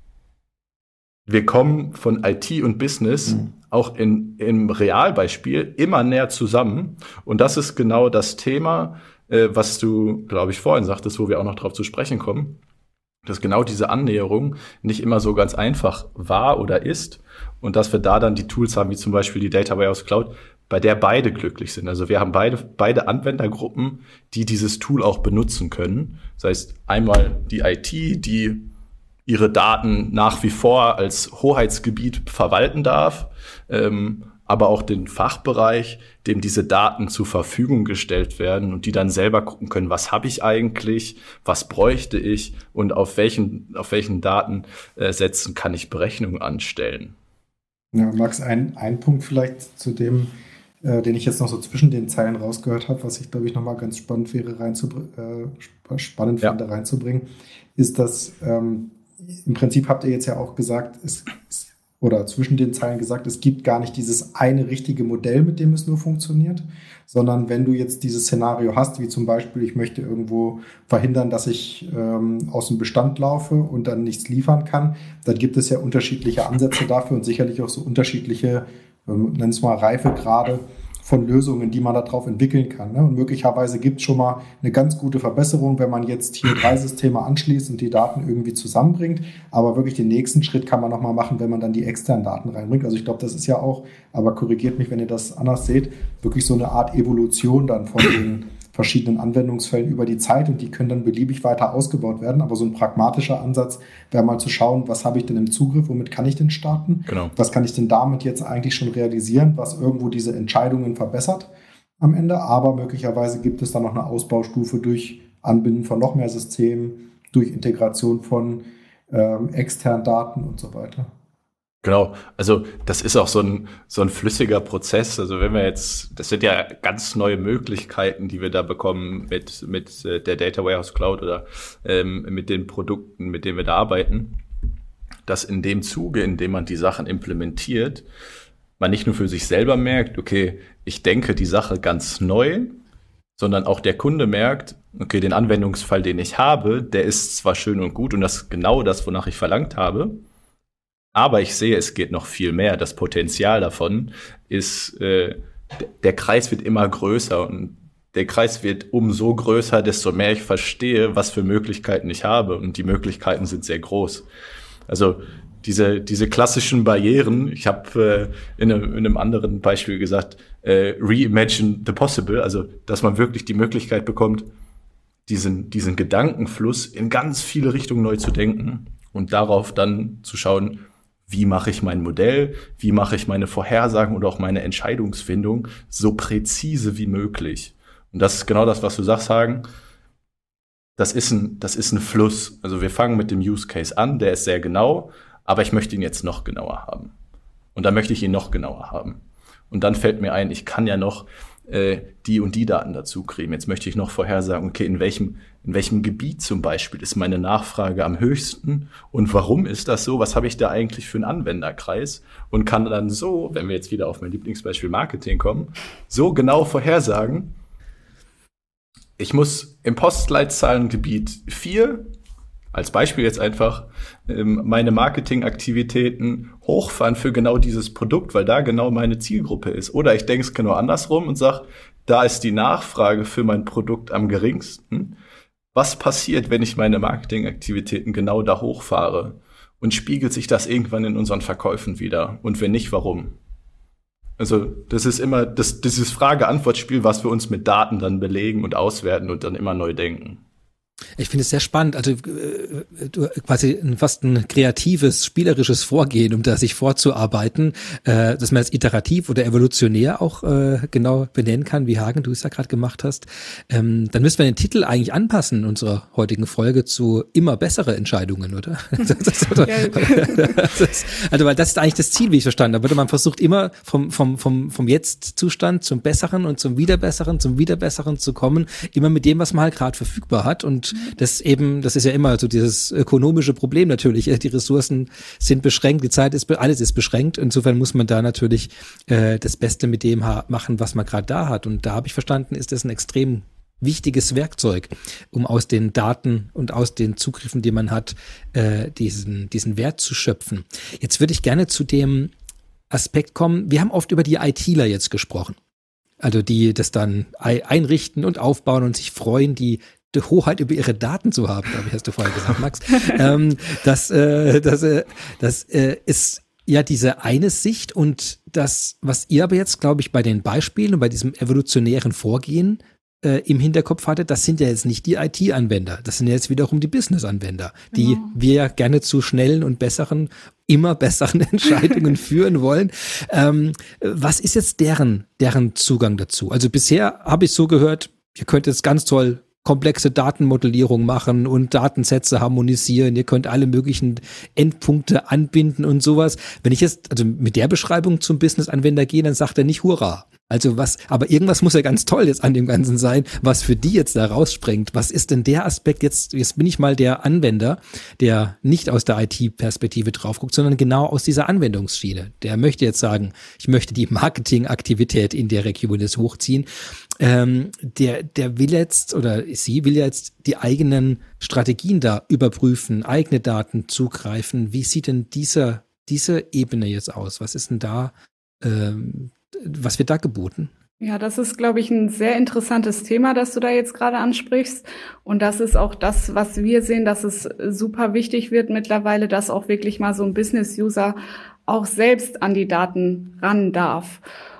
wir kommen von I T und Business mhm. auch in, im Realbeispiel immer näher zusammen. Und das ist genau das Thema, äh, was du, glaube ich, vorhin sagtest, wo wir auch noch drauf zu sprechen kommen, dass genau diese Annäherung nicht immer so ganz einfach war oder ist. Und dass wir da dann die Tools haben, wie zum Beispiel die Data Warehouse Cloud, bei der beide glücklich sind. Also wir haben beide, beide Anwendergruppen, die dieses Tool auch benutzen können. Das heißt, einmal die I T, die ihre Daten nach wie vor als Hoheitsgebiet verwalten darf, ähm, aber auch den Fachbereich, dem diese Daten zur Verfügung gestellt werden und die dann selber gucken können, was habe ich eigentlich, was bräuchte ich und auf welchen, auf welchen Datensätzen kann ich Berechnungen anstellen. Ja, Max, ein, ein Punkt vielleicht zu dem, äh, den ich jetzt noch so zwischen den Zeilen rausgehört habe, was ich, glaube ich, nochmal ganz spannend wäre, reinzubr- äh, spannend ja. finde, reinzubringen, ist, dass ähm, im Prinzip habt ihr jetzt ja auch gesagt, es, es, oder zwischen den Zeilen gesagt, es gibt gar nicht dieses eine richtige Modell, mit dem es nur funktioniert, sondern wenn du jetzt dieses Szenario hast, wie zum Beispiel, ich möchte irgendwo verhindern, dass ich ähm, aus dem Bestand laufe und dann nichts liefern kann, dann gibt es ja unterschiedliche Ansätze dafür und sicherlich auch so unterschiedliche, ähm, nennen es mal Reifegrade von Lösungen, die man darauf entwickeln kann. Ne? Und möglicherweise gibt es schon mal eine ganz gute Verbesserung, wenn man jetzt hier drei Systeme anschließt und die Daten irgendwie zusammenbringt. Aber wirklich den nächsten Schritt kann man nochmal machen, wenn man dann die externen Daten reinbringt. Also ich glaube, das ist ja auch, aber korrigiert mich, wenn ihr das anders seht, wirklich so eine Art Evolution dann von den verschiedenen Anwendungsfällen über die Zeit und die können dann beliebig weiter ausgebaut werden. Aber so ein pragmatischer Ansatz wäre mal zu schauen, was habe ich denn im Zugriff, womit kann ich denn starten? Genau. Was kann ich denn damit jetzt eigentlich schon realisieren, was irgendwo diese Entscheidungen verbessert am Ende? Aber möglicherweise gibt es dann noch eine Ausbaustufe durch Anbinden von noch mehr Systemen, durch Integration von ähm, externen Daten und so weiter. Genau, also das ist auch so ein so ein flüssiger Prozess. Also wenn wir jetzt, das sind ja ganz neue Möglichkeiten, die wir da bekommen mit mit der Data Warehouse Cloud oder ähm, mit den Produkten, mit denen wir da arbeiten. dass in dem Zuge, in dem man die Sachen implementiert, man nicht nur für sich selber merkt, okay, ich denke die Sache ganz neu, sondern auch der Kunde merkt, okay, den Anwendungsfall, den ich habe, der ist zwar schön und gut und das ist genau das, wonach ich verlangt habe, aber ich sehe, es geht noch viel mehr. Das Potenzial davon ist, äh, der Kreis wird immer größer und der Kreis wird umso größer, desto mehr ich verstehe, was für Möglichkeiten ich habe und die Möglichkeiten sind sehr groß. Also diese diese klassischen Barrieren, ich habe äh, in, in einem anderen Beispiel gesagt, äh, reimagine the possible, also dass man wirklich die Möglichkeit bekommt, diesen diesen Gedankenfluss in ganz viele Richtungen neu zu denken und darauf dann zu schauen, wie mache ich mein Modell, wie mache ich meine Vorhersagen oder auch meine Entscheidungsfindung so präzise wie möglich. Und das ist genau das, was du sagst, Hagen. Das ist ein das ist ein Fluss. Also wir fangen mit dem Use Case an, der ist sehr genau, aber ich möchte ihn jetzt noch genauer haben. Und dann möchte ich ihn noch genauer haben. Und dann fällt mir ein, ich kann ja noch äh, die und die Daten dazu kriegen. Jetzt möchte ich noch vorhersagen, okay, in welchem, in welchem Gebiet zum Beispiel ist meine Nachfrage am höchsten und warum ist das so? Was habe ich da eigentlich für einen Anwenderkreis? Und kann dann so, wenn wir jetzt wieder auf mein Lieblingsbeispiel Marketing kommen, so genau vorhersagen, ich muss im Postleitzahlengebiet vier als Beispiel jetzt einfach ähm, meine Marketingaktivitäten hochfahren für genau dieses Produkt, weil da genau meine Zielgruppe ist. Oder ich denke es genau andersrum und sage, da ist die Nachfrage für mein Produkt am geringsten. Was passiert, wenn ich meine Marketingaktivitäten genau da hochfahre? Und spiegelt sich das irgendwann in unseren Verkäufen wieder? Und wenn nicht, warum? Also das ist immer das, dieses Frage-Antwort-Spiel, was wir uns mit Daten dann belegen und auswerten und dann immer neu denken. Ich finde es sehr spannend, also äh, du, quasi fast ein kreatives, spielerisches Vorgehen, um da sich vorzuarbeiten, äh, dass man es iterativ oder evolutionär auch äh, genau benennen kann, wie Hagen, du es ja gerade gemacht hast. Ähm, dann müssen wir den Titel eigentlich anpassen in unserer heutigen Folge zu immer bessere Entscheidungen, oder? Also weil das ist eigentlich das Ziel, wie ich verstanden habe. Man versucht immer vom vom vom vom Jetzt-Zustand zum Besseren und zum Wiederbesseren, zum Wiederbesseren zu kommen, immer mit dem, was man halt gerade verfügbar hat. Und das eben, das ist ja immer so dieses ökonomische Problem natürlich. Die Ressourcen sind beschränkt, die Zeit ist, alles ist beschränkt. Insofern muss man da natürlich äh, das Beste mit dem ha- machen, was man gerade da hat. Und da habe ich verstanden, ist das ein extrem wichtiges Werkzeug, um aus den Daten und aus den Zugriffen, die man hat, äh, diesen diesen Wert zu schöpfen. Jetzt würde ich gerne zu dem Aspekt kommen. Wir haben oft über die ITler jetzt gesprochen. Also die das dann einrichten und aufbauen und sich freuen, die die Hoheit über ihre Daten zu haben, glaube ich, hast du vorher gesagt, Max. ähm, das äh, das, äh, das äh, ist ja diese eine Sicht und das, was ihr aber jetzt, glaube ich, bei den Beispielen und bei diesem evolutionären Vorgehen äh, im Hinterkopf hattet, das sind ja jetzt nicht die I T-Anwender, das sind ja jetzt wiederum die Business-Anwender, die genau. wir gerne zu schnellen und besseren, immer besseren Entscheidungen führen wollen. Ähm, was ist jetzt deren, deren Zugang dazu? Also bisher habe ich so gehört, ihr könnt jetzt ganz toll komplexe Datenmodellierung machen und Datensätze harmonisieren. Ihr könnt alle möglichen Endpunkte anbinden und sowas. Wenn ich jetzt also mit der Beschreibung zum Business-Anwender gehe, dann sagt er nicht Hurra. Also was, aber irgendwas muss ja ganz toll jetzt an dem Ganzen sein, was für die jetzt da rausspringt. Was ist denn der Aspekt jetzt? Jetzt bin ich mal der Anwender, der nicht aus der I T-Perspektive drauf guckt, sondern genau aus dieser Anwendungsschiene. Der möchte jetzt sagen, ich möchte die Marketingaktivität in der Region jetzt hochziehen. Ähm, der, der will jetzt oder sie will jetzt die eigenen Strategien da überprüfen, eigene Daten zugreifen. Wie sieht denn diese, diese Ebene jetzt aus? Was ist denn da, ähm, was wird da geboten? Ja, das ist, glaube ich, ein sehr interessantes Thema, das du da jetzt gerade ansprichst. Und das ist auch das, was wir sehen, dass es super wichtig wird mittlerweile, dass auch wirklich mal so ein Business-User auch selbst an die Daten ran darf.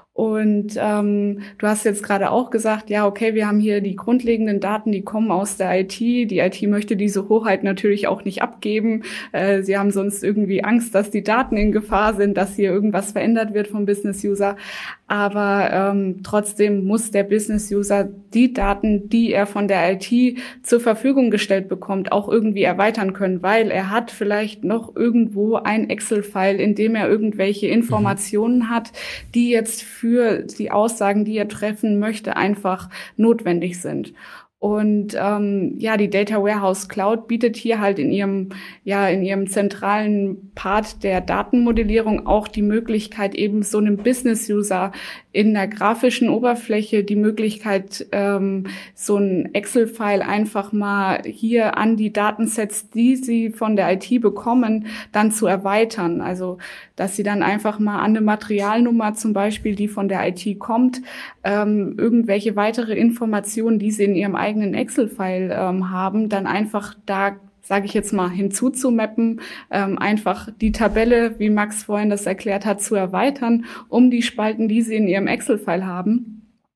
Und ähm, du hast jetzt gerade auch gesagt, ja, okay, wir haben hier die grundlegenden Daten, die kommen aus der I T. Die I T möchte diese Hoheit natürlich auch nicht abgeben. Äh, sie haben sonst irgendwie Angst, dass die Daten in Gefahr sind, dass hier irgendwas verändert wird vom Business-User. Aber ähm, trotzdem muss der Business-User die Daten, die er von der I T zur Verfügung gestellt bekommt, auch irgendwie erweitern können, weil er hat vielleicht noch irgendwo ein Excel-File, in dem er irgendwelche Informationen mhm. hat, die jetzt für die Aussagen, die er treffen möchte, einfach notwendig sind. Und ähm, ja, die Data Warehouse Cloud bietet hier halt in ihrem ja in ihrem zentralen Part der Datenmodellierung auch die Möglichkeit, eben so einem Business-User in der grafischen Oberfläche die Möglichkeit, ähm, so ein Excel-File einfach mal hier an die Datensets, die sie von der I T bekommen, dann zu erweitern. Also dass sie dann einfach mal an eine Materialnummer zum Beispiel, die von der I T kommt, ähm, irgendwelche weitere Informationen, die sie in ihrem eigenen Excel-File ähm, haben, dann einfach da, sage ich jetzt mal, hinzuzumappen, ähm, einfach die Tabelle, wie Max vorhin das erklärt hat, zu erweitern, um die Spalten, die sie in ihrem Excel-File haben.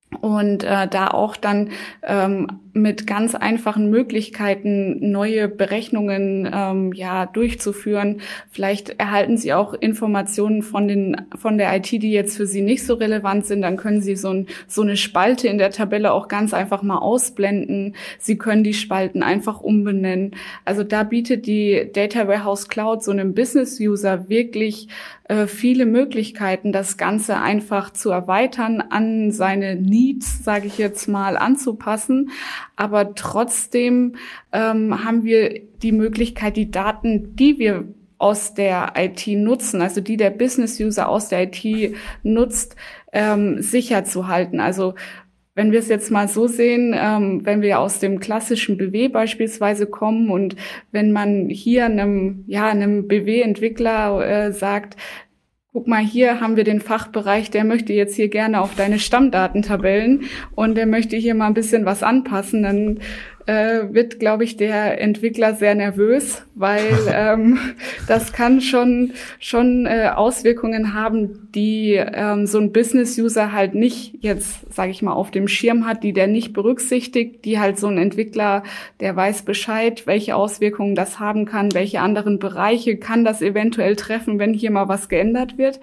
Und äh, da auch dann ähm, mit ganz einfachen Möglichkeiten neue Berechnungen ähm, ja durchzuführen. Vielleicht erhalten Sie auch Informationen von den von der I T, die jetzt für Sie nicht so relevant sind. Dann können Sie so, ein, so eine Spalte in der Tabelle auch ganz einfach mal ausblenden. Sie können die Spalten einfach umbenennen. Also da bietet die Data Warehouse Cloud so einem Business-User wirklich äh, viele Möglichkeiten, das Ganze einfach zu erweitern, an seine Needs, sage ich jetzt mal, anzupassen. Aber trotzdem ähm, haben wir die Möglichkeit, die Daten, die wir aus der I T nutzen, also die der Business-User aus der I T nutzt, ähm, sicher zu halten. Also wenn wir es jetzt mal so sehen, ähm, wenn wir aus dem klassischen B W beispielsweise kommen und wenn man hier einem, ja, einem B W-Entwickler äh, sagt, guck mal, hier haben wir den Fachbereich, der möchte jetzt hier gerne auf deine Stammdatentabellen und der möchte hier mal ein bisschen was anpassen, dann äh, wird, glaube ich, der Entwickler sehr nervös, weil ähm, das kann schon schon äh, Auswirkungen haben, die ähm, so ein Business-User halt nicht jetzt, sage ich mal, auf dem Schirm hat, die der nicht berücksichtigt, die halt so ein Entwickler, der weiß Bescheid, welche Auswirkungen das haben kann, welche anderen Bereiche kann das eventuell treffen, wenn hier mal was geändert wird.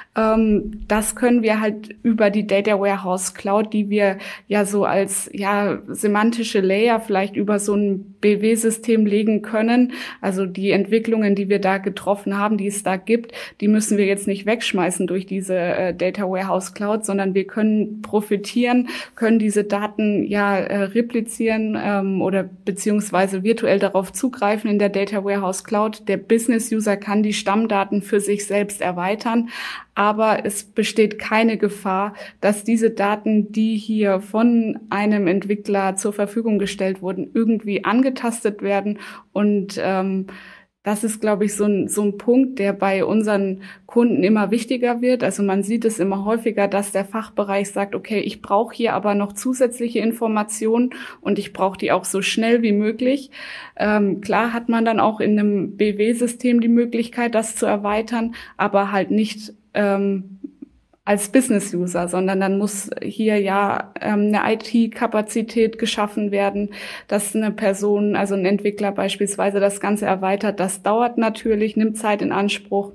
Ähm, das können wir halt über die Data Warehouse Cloud, die wir ja so als ja semantische Layer vielleicht über so ein B W-System legen können. Also die Entwicklungen, die wir da getroffen haben, die es da gibt, die müssen wir jetzt nicht wegschmeißen durch diese äh, Data Warehouse Cloud, sondern wir können profitieren, können diese Daten ja äh, replizieren ähm, oder beziehungsweise virtuell darauf zugreifen in der Data Warehouse Cloud. Der Business-User kann die Stammdaten für sich selbst erweitern. Aber es besteht keine Gefahr, dass diese Daten, die hier von einem Entwickler zur Verfügung gestellt wurden, irgendwie angetastet werden. Und ähm, das ist, glaube ich, so ein, so ein Punkt, der bei unseren Kunden immer wichtiger wird. Also man sieht es immer häufiger, dass der Fachbereich sagt, okay, ich brauche hier aber noch zusätzliche Informationen und ich brauche die auch so schnell wie möglich. Ähm, klar hat man dann auch in einem B W-System die Möglichkeit, das zu erweitern, aber halt nicht ähm, als Business-User, sondern dann muss hier ja ähm, eine I T-Kapazität geschaffen werden, dass eine Person, also ein Entwickler beispielsweise, das Ganze erweitert. Das dauert natürlich, nimmt Zeit in Anspruch.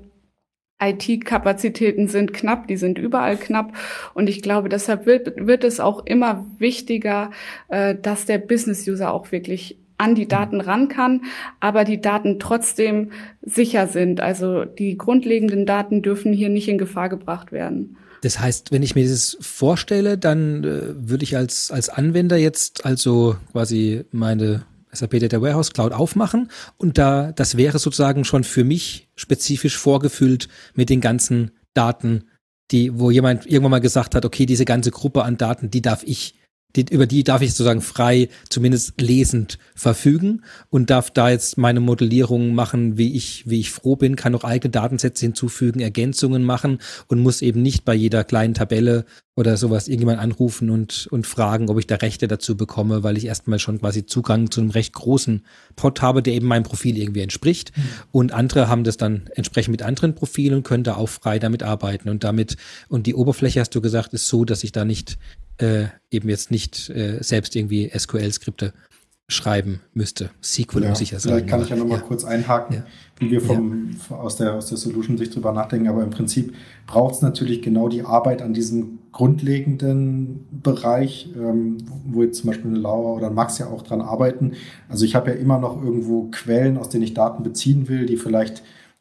I T-Kapazitäten sind knapp, die sind überall knapp. Und ich glaube, deshalb wird, wird es auch immer wichtiger, äh, dass der Business-User auch wirklich an die Daten ran kann, aber die Daten trotzdem sicher sind. Also die grundlegenden Daten dürfen hier nicht in Gefahr gebracht werden. Das heißt, wenn ich mir das vorstelle, dann äh, würde ich als als Anwender jetzt also quasi meine S A P Data Warehouse Cloud aufmachen und da das wäre sozusagen schon für mich spezifisch vorgefüllt mit den ganzen Daten, die wo jemand irgendwann mal gesagt hat, okay, diese ganze Gruppe an Daten, die darf ich Die, über die darf ich sozusagen frei, zumindest lesend verfügen und darf da jetzt meine Modellierung machen, wie ich, wie ich froh bin, kann auch eigene Datensätze hinzufügen, Ergänzungen machen und muss eben nicht bei jeder kleinen Tabelle oder sowas irgendjemand anrufen und, und fragen, ob ich da Rechte dazu bekomme, weil ich erstmal schon quasi Zugang zu einem recht großen Pod habe, der eben meinem Profil irgendwie entspricht. Mhm. Und andere haben das dann entsprechend mit anderen Profilen und können da auch frei damit arbeiten und damit, und die Oberfläche, hast du gesagt, ist so, dass ich da nicht Äh, eben jetzt nicht äh, selbst irgendwie S Q L-Skripte schreiben müsste. S Q L ja, muss ich ja sagen. Vielleicht kann aber, ich ja nochmal ja. kurz einhaken, ja. wie wir vom, ja. aus der, aus der Solution-Sicht drüber nachdenken. Aber im Prinzip braucht es natürlich genau die Arbeit an diesem grundlegenden Bereich, ähm, wo jetzt zum Beispiel eine Laura oder ein Max ja auch dran arbeiten. Also ich habe ja immer noch irgendwo Quellen, aus denen ich Daten beziehen will, die vielleicht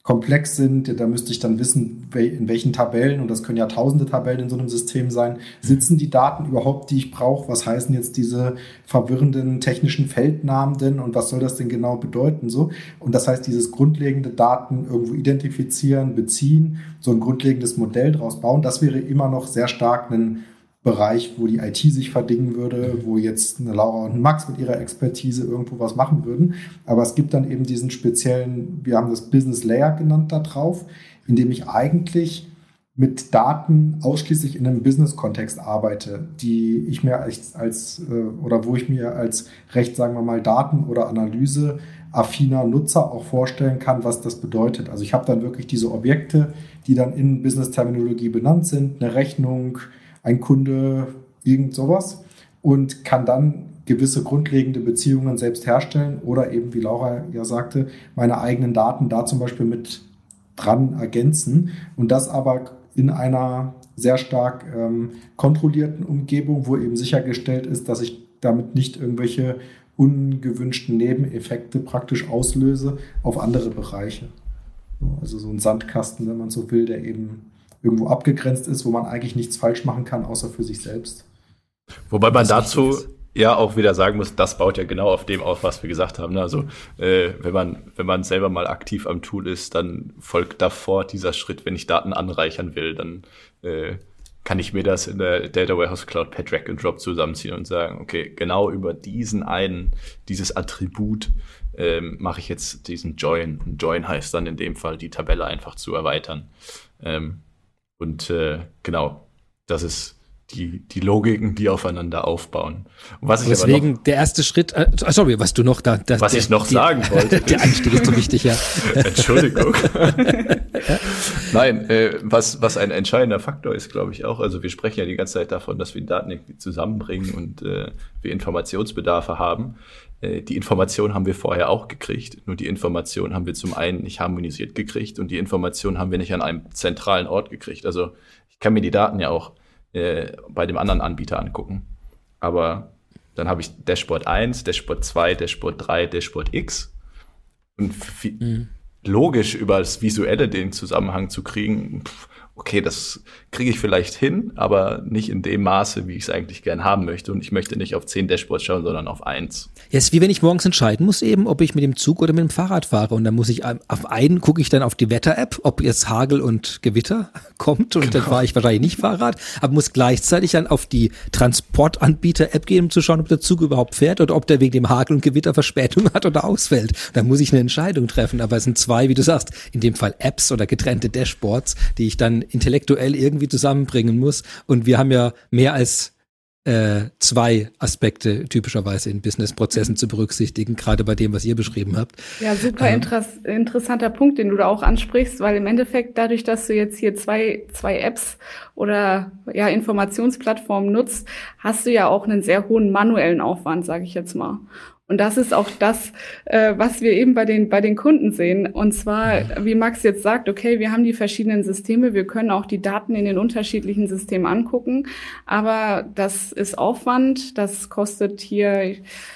komplex sind, da müsste ich dann wissen, in welchen Tabellen, und das können ja tausende Tabellen in so einem System sein, sitzen die Daten überhaupt, die ich brauche? Was heißen jetzt diese verwirrenden technischen Feldnamen denn und was soll das denn genau bedeuten? So? Und das heißt, dieses grundlegende Daten irgendwo identifizieren, beziehen, so ein grundlegendes Modell draus bauen, das wäre immer noch sehr stark ein Bereich, wo die I T sich verdingen würde, wo jetzt eine Laura und ein Max mit ihrer Expertise irgendwo was machen würden. Aber es gibt dann eben diesen speziellen, wir haben das Business Layer genannt da drauf, in dem ich eigentlich mit Daten ausschließlich in einem Business-Kontext arbeite, die ich mir als, als oder wo ich mir als recht, sagen wir mal, Daten- oder Analyse-affiner Nutzer auch vorstellen kann, was das bedeutet. Also ich habe dann wirklich diese Objekte, die dann in Business-Terminologie benannt sind, eine Rechnung, ein Kunde, irgend sowas, und kann dann gewisse grundlegende Beziehungen selbst herstellen oder eben, wie Laura ja sagte, meine eigenen Daten da zum Beispiel mit dran ergänzen und das aber in einer sehr stark ähm, kontrollierten Umgebung, wo eben sichergestellt ist, dass ich damit nicht irgendwelche ungewünschten Nebeneffekte praktisch auslöse auf andere Bereiche. Also so ein Sandkasten, wenn man so will, der eben irgendwo abgegrenzt ist, wo man eigentlich nichts falsch machen kann, außer für sich selbst. Wobei man dazu ja auch wieder sagen muss, das baut ja genau auf dem auf, was wir gesagt haben. Also äh, wenn man wenn man selber mal aktiv am Tool ist, dann folgt davor dieser Schritt, wenn ich Daten anreichern will, dann äh, kann ich mir das in der Data Warehouse Cloud per Drag and Drop zusammenziehen und sagen, okay, genau über diesen einen, dieses Attribut ähm, mache ich jetzt diesen Join. Und Join heißt dann in dem Fall, die Tabelle einfach zu erweitern. Ähm, Und äh, genau, das ist die, die Logiken, die aufeinander aufbauen. Und was ich Deswegen aber noch, der erste Schritt, äh, sorry, was du noch da... Das, was der, ich noch die, sagen wollte. Der Einstieg ist so wichtig, ja. Entschuldigung. Nein, äh, was, was ein entscheidender Faktor ist, glaube ich auch, also wir sprechen ja die ganze Zeit davon, dass wir Daten irgendwie zusammenbringen und äh, wir Informationsbedarfe haben. Äh, die Information haben wir vorher auch gekriegt, nur die Information haben wir zum einen nicht harmonisiert gekriegt und die Information haben wir nicht an einem zentralen Ort gekriegt. Also ich kann mir die Daten ja auch äh, bei dem anderen Anbieter angucken, aber dann habe ich Dashboard eins, Dashboard zwei, Dashboard drei, Dashboard X und f- mhm. logisch über das Visuelle den Zusammenhang zu kriegen, pff, okay, das kriege ich vielleicht hin, aber nicht in dem Maße, wie ich es eigentlich gern haben möchte. Und ich möchte nicht auf zehn Dashboards schauen, sondern auf eins. Ja, ist wie wenn ich morgens entscheiden muss eben, ob ich mit dem Zug oder mit dem Fahrrad fahre. Und dann muss ich auf einen, gucke ich dann auf die Wetter-App, ob jetzt Hagel und Gewitter kommt. Und genau. Dann fahre ich wahrscheinlich nicht Fahrrad, aber muss gleichzeitig dann auf die Transportanbieter-App gehen, um zu schauen, ob der Zug überhaupt fährt oder ob der wegen dem Hagel und Gewitter Verspätung hat oder ausfällt. Dann muss ich eine Entscheidung treffen. Aber es sind zwei, wie du sagst, in dem Fall Apps oder getrennte Dashboards, die ich dann intellektuell irgendwie zusammenbringen muss. Und wir haben ja mehr als äh, zwei Aspekte typischerweise in Businessprozessen zu berücksichtigen, gerade bei dem, was ihr beschrieben habt. Ja, super ähm, interess- interessanter Punkt, den du da auch ansprichst, weil im Endeffekt dadurch, dass du jetzt hier zwei zwei Apps oder ja Informationsplattformen nutzt, hast du ja auch einen sehr hohen manuellen Aufwand, sage ich jetzt mal. Und das ist auch das, äh, was wir eben bei den bei den Kunden sehen. Und zwar, wie Max jetzt sagt, okay, wir haben die verschiedenen Systeme, wir können auch die Daten in den unterschiedlichen Systemen angucken, aber das ist Aufwand, das kostet hier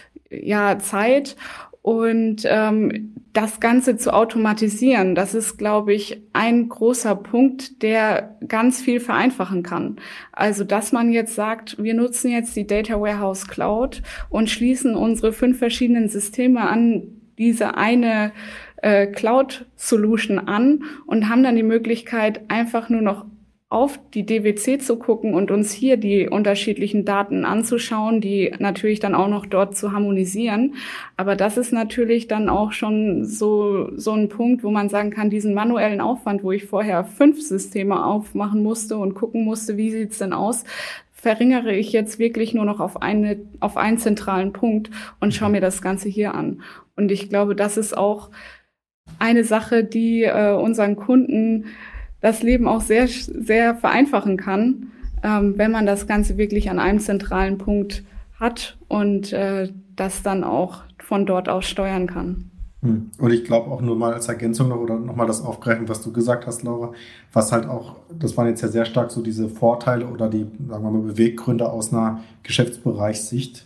ja Zeit. Und ähm, das Ganze zu automatisieren, das ist, glaube ich, ein großer Punkt, der ganz viel vereinfachen kann. Also, dass man jetzt sagt, wir nutzen jetzt die Data Warehouse Cloud und schließen unsere fünf verschiedenen Systeme an diese eine äh, Cloud-Solution an und haben dann die Möglichkeit, einfach nur noch auf die D W C zu gucken und uns hier die unterschiedlichen Daten anzuschauen, die natürlich dann auch noch dort zu harmonisieren. Aber das ist natürlich dann auch schon so so ein Punkt, wo man sagen kann, diesen manuellen Aufwand, wo ich vorher fünf Systeme aufmachen musste und gucken musste, wie sieht's denn aus, verringere ich jetzt wirklich nur noch auf eine auf einen zentralen Punkt und schaue mir das Ganze hier an. Und ich glaube, das ist auch eine Sache, die äh, unseren Kunden das Leben auch sehr, sehr vereinfachen kann, ähm, wenn man das Ganze wirklich an einem zentralen Punkt hat und äh, das dann auch von dort aus steuern kann. Und ich glaube auch nur mal als Ergänzung noch oder nochmal das aufgreifen, was du gesagt hast, Laura, was halt auch, das waren jetzt ja sehr stark so diese Vorteile oder die, sagen wir mal, Beweggründe aus einer Geschäftsbereichssicht.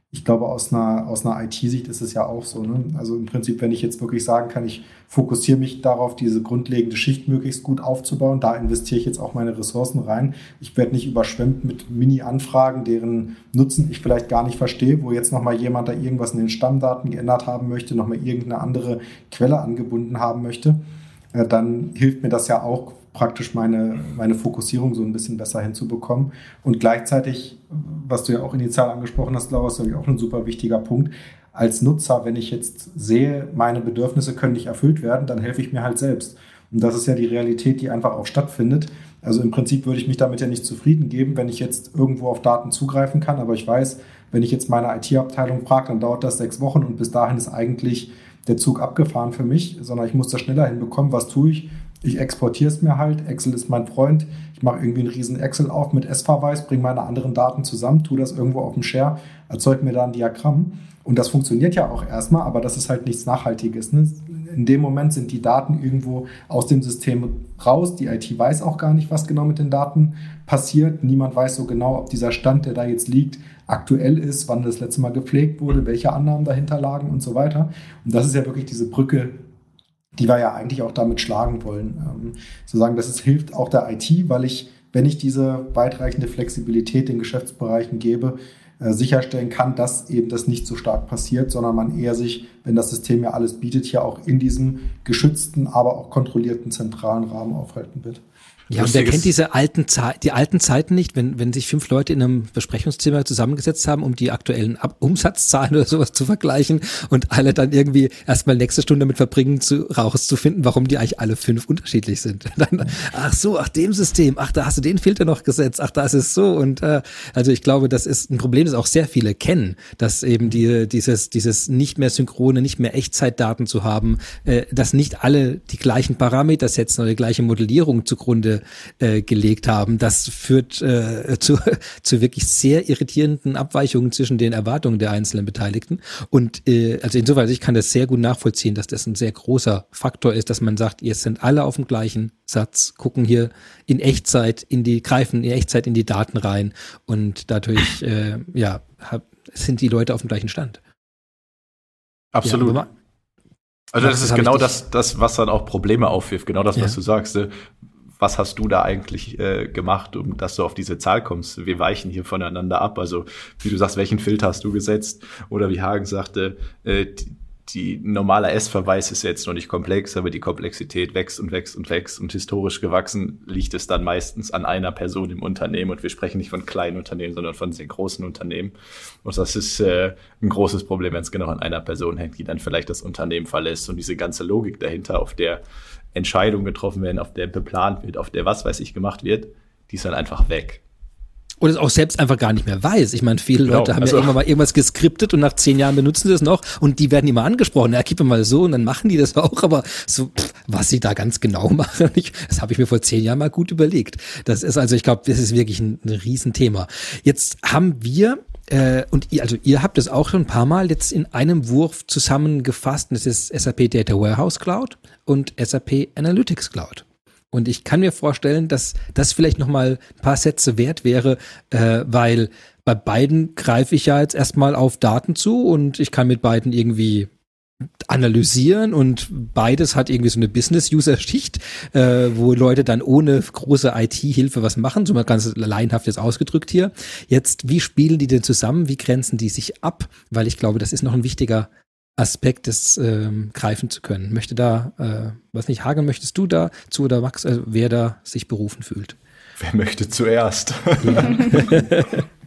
ich glaube, aus einer, aus einer I T-Sicht ist es ja auch so. Ne? Also im Prinzip, wenn ich jetzt wirklich sagen kann, ich fokussiere mich darauf, diese grundlegende Schicht möglichst gut aufzubauen, da investiere ich jetzt auch meine Ressourcen rein. Ich werde nicht überschwemmt mit Mini-Anfragen, deren Nutzen ich vielleicht gar nicht verstehe, wo jetzt nochmal jemand da irgendwas in den Stammdaten geändert haben möchte, nochmal irgendeine andere Quelle angebunden haben möchte. Äh, dann hilft mir das ja auch, praktisch meine, meine Fokussierung so ein bisschen besser hinzubekommen. Und gleichzeitig, was du ja auch initial angesprochen hast, Laura, ist glaube ich auch ein super wichtiger Punkt. Als Nutzer, wenn ich jetzt sehe, meine Bedürfnisse können nicht erfüllt werden, dann helfe ich mir halt selbst. Und das ist ja die Realität, die einfach auch stattfindet. Also im Prinzip würde ich mich damit ja nicht zufrieden geben, wenn ich jetzt irgendwo auf Daten zugreifen kann. Aber ich weiß, wenn ich jetzt meine I T-Abteilung frage, dann dauert das sechs Wochen und bis dahin ist eigentlich der Zug abgefahren für mich, sondern ich muss das schneller hinbekommen. Was tue ich? Ich exportiere es mir halt. Excel ist mein Freund. Ich mache irgendwie einen riesen Excel auf mit S-Verweis, bringe meine anderen Daten zusammen, tue das irgendwo auf dem Share, erzeuge mir da ein Diagramm. Und das funktioniert ja auch erstmal, aber das ist halt nichts Nachhaltiges. Ne? In dem Moment sind die Daten irgendwo aus dem System raus. Die I T weiß auch gar nicht, was genau mit den Daten passiert. Niemand weiß so genau, ob dieser Stand, der da jetzt liegt, aktuell ist, wann das letzte Mal gepflegt wurde, welche Annahmen dahinter lagen und so weiter. Und das ist ja wirklich diese Brücke, die wir ja eigentlich auch damit schlagen wollen. Ähm, sozusagen, das ist, hilft auch der I T, weil ich, wenn ich diese weitreichende Flexibilität den Geschäftsbereichen gebe, äh, sicherstellen kann, dass eben das nicht so stark passiert, sondern man eher sich, wenn das System ja alles bietet, hier auch in diesem geschützten, aber auch kontrollierten zentralen Rahmen aufhalten wird. Ja, und wer kennt diese alten Ze- die alten Zeiten nicht, wenn, wenn sich fünf Leute in einem Besprechungszimmer zusammengesetzt haben, um die aktuellen Ab- Umsatzzahlen oder sowas zu vergleichen und alle dann irgendwie erstmal nächste Stunde damit verbringen, zu, rauszufinden, warum die eigentlich alle fünf unterschiedlich sind. Dann, ach so, ach dem System, ach da hast du den Filter noch gesetzt, ach da ist es so und äh, also ich glaube, das ist ein Problem, das auch sehr viele kennen, dass eben die, dieses, dieses nicht mehr synchrone, nicht mehr Echtzeitdaten zu haben, äh, dass nicht alle die gleichen Parameter setzen oder die gleiche Modellierung zugrunde Äh, gelegt haben. Das führt äh, zu, zu wirklich sehr irritierenden Abweichungen zwischen den Erwartungen der einzelnen Beteiligten. Und äh, also insofern, also ich kann das sehr gut nachvollziehen, dass das ein sehr großer Faktor ist, dass man sagt, jetzt sind alle auf dem gleichen Satz, gucken hier in Echtzeit in die, greifen in Echtzeit in die Daten rein und dadurch äh, ja hab, sind die Leute auf dem gleichen Stand. Absolut. Ja, also das, das ist genau das, das, was dann auch Probleme aufwirft, genau das, was ja. du sagst. Was hast du da eigentlich äh, gemacht, um dass du auf diese Zahl kommst? Wir weichen hier voneinander ab. Also wie du sagst, welchen Filter hast du gesetzt? Oder wie Hagen sagte, äh, die, die normale S-Verweis ist jetzt noch nicht komplex, aber die Komplexität wächst und wächst und wächst. Und historisch gewachsen liegt es dann meistens an einer Person im Unternehmen. Und wir sprechen nicht von kleinen Unternehmen, sondern von sehr großen Unternehmen. Und das ist äh, ein großes Problem, wenn es genau an einer Person hängt, die dann vielleicht das Unternehmen verlässt. Und diese ganze Logik dahinter, auf der Entscheidungen getroffen werden, auf der beplant wird, auf der was weiß ich gemacht wird, die ist dann einfach weg. Und es auch selbst einfach gar nicht mehr weiß. Ich meine, viele Genau, Leute haben also, ja irgendwann mal irgendwas geskriptet und nach zehn Jahren benutzen sie das noch und die werden immer angesprochen. Ja, gib mir mal so und dann machen die das auch, aber so, pff, was sie da ganz genau machen, ich, das habe ich mir vor zehn Jahren mal gut überlegt. Das ist also, ich glaube, das ist wirklich ein, ein Riesenthema. Jetzt haben wir Äh, und ihr, also ihr habt es auch schon ein paar Mal jetzt in einem Wurf zusammengefasst. Und das ist S A P Data Warehouse Cloud und S A P Analytics Cloud. Und ich kann mir vorstellen, dass das vielleicht noch mal ein paar Sätze wert wäre, äh, weil bei beiden greife ich ja jetzt erstmal auf Daten zu und ich kann mit beiden irgendwie analysieren und beides hat irgendwie so eine Business-User-Schicht, äh, wo Leute dann ohne große I T-Hilfe was machen, so mal ganz laienhaft jetzt ausgedrückt hier. Jetzt, wie spielen die denn zusammen? Wie grenzen die sich ab? Weil ich glaube, das ist noch ein wichtiger Aspekt, das ähm, greifen zu können. Möchte da, äh, was nicht, Hagen, möchtest du da zu oder Max, also wer da sich berufen fühlt? Wer möchte zuerst? Ja.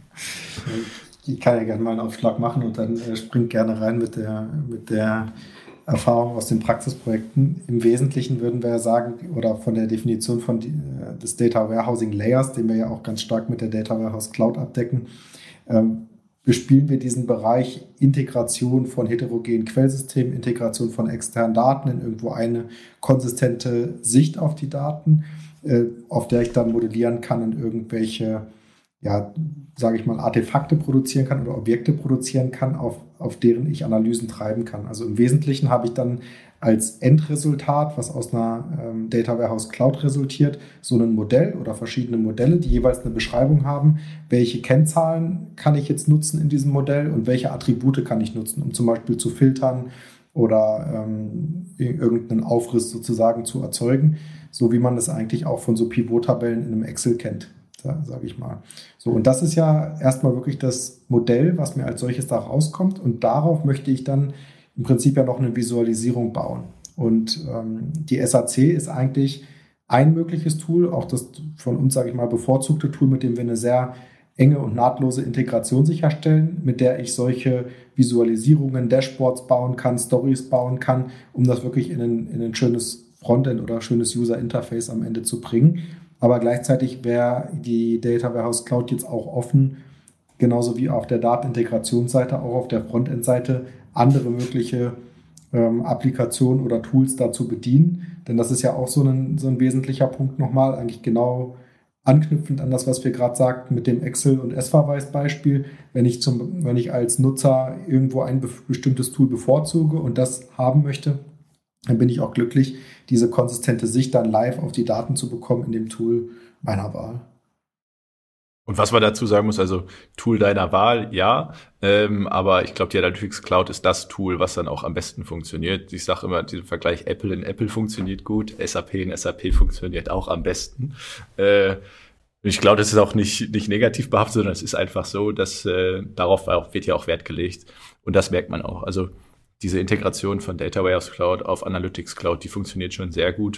Ich kann ja gerne mal einen Aufschlag machen und dann äh, springt gerne rein mit der, mit der Erfahrung aus den Praxisprojekten. Im Wesentlichen würden wir ja sagen, oder von der Definition von die, äh, des Data Warehousing Layers, den wir ja auch ganz stark mit der Data Warehouse Cloud abdecken, ähm, bespielen wir diesen Bereich Integration von heterogenen Quellsystemen, Integration von externen Daten in irgendwo eine konsistente Sicht auf die Daten, äh, auf der ich dann modellieren kann und irgendwelche, ja, sage ich mal, Artefakte produzieren kann oder Objekte produzieren kann, auf, auf deren ich Analysen treiben kann. Also im Wesentlichen habe ich dann als Endresultat, was aus einer ähm, Data Warehouse Cloud resultiert, so ein Modell oder verschiedene Modelle, die jeweils eine Beschreibung haben, welche Kennzahlen kann ich jetzt nutzen in diesem Modell und welche Attribute kann ich nutzen, um zum Beispiel zu filtern oder ähm, irgendeinen Aufriss sozusagen zu erzeugen, so wie man das eigentlich auch von so Pivot-Tabellen in einem Excel kennt, sage ich mal. So, und das ist ja erstmal wirklich das Modell, was mir als solches da rauskommt, und darauf möchte ich dann im Prinzip ja noch eine Visualisierung bauen. Und ähm, die S A C ist eigentlich ein mögliches Tool, auch das von uns, sage ich mal, bevorzugte Tool, mit dem wir eine sehr enge und nahtlose Integration sicherstellen, mit der ich solche Visualisierungen, Dashboards bauen kann, Stories bauen kann, um das wirklich in ein, in ein schönes Frontend oder schönes User-Interface am Ende zu bringen. Aber gleichzeitig wäre die Data Warehouse Cloud jetzt auch offen, genauso wie auf der Datenintegrationsseite, auch auf der Frontend-Seite andere mögliche ähm, Applikationen oder Tools dazu bedienen. Denn das ist ja auch so ein, so ein wesentlicher Punkt nochmal, eigentlich genau anknüpfend an das, was wir gerade sagten mit dem Excel- und S-Verweis-Beispiel. Wenn ich, zum, wenn ich als Nutzer irgendwo ein be- bestimmtes Tool bevorzuge und das haben möchte, dann bin ich auch glücklich, diese konsistente Sicht dann live auf die Daten zu bekommen in dem Tool meiner Wahl. Und was man dazu sagen muss, also Tool deiner Wahl, ja, ähm, aber ich glaube, die Analytics Cloud ist das Tool, was dann auch am besten funktioniert. Ich sage immer, dieser Vergleich Apple in Apple funktioniert gut, S A P in S A P funktioniert auch am besten. Äh, ich glaube, das ist auch nicht nicht negativ behaftet, sondern es ist einfach so, dass äh, darauf auch, wird ja auch Wert gelegt, und das merkt man auch. Also diese Integration von Data Warehouse Cloud auf Analytics Cloud, die funktioniert schon sehr gut,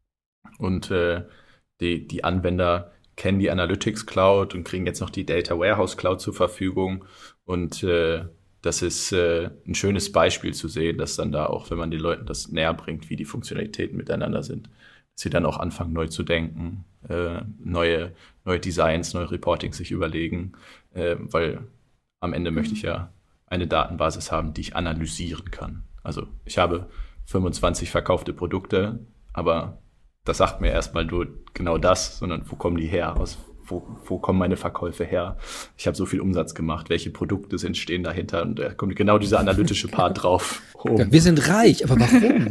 und äh, die die Anwender kennen die Analytics Cloud und kriegen jetzt noch die Data Warehouse Cloud zur Verfügung. Und äh, das ist äh, ein schönes Beispiel zu sehen, dass dann da auch, wenn man den Leuten das näher bringt, wie die Funktionalitäten miteinander sind, dass sie dann auch anfangen, neu zu denken, äh, neue, neue Designs, neue Reportings sich überlegen, äh, weil am Ende möchte ich ja eine Datenbasis haben, die ich analysieren kann. Also ich habe fünfundzwanzig verkaufte Produkte, aber das sagt mir erstmal nur genau das, sondern wo kommen die her? Aus, wo, wo kommen meine Verkäufe her? Ich habe so viel Umsatz gemacht. Welche Produkte entstehen dahinter? Und da kommt genau dieser analytische Part drauf. Oh. Wir sind reich, aber warum?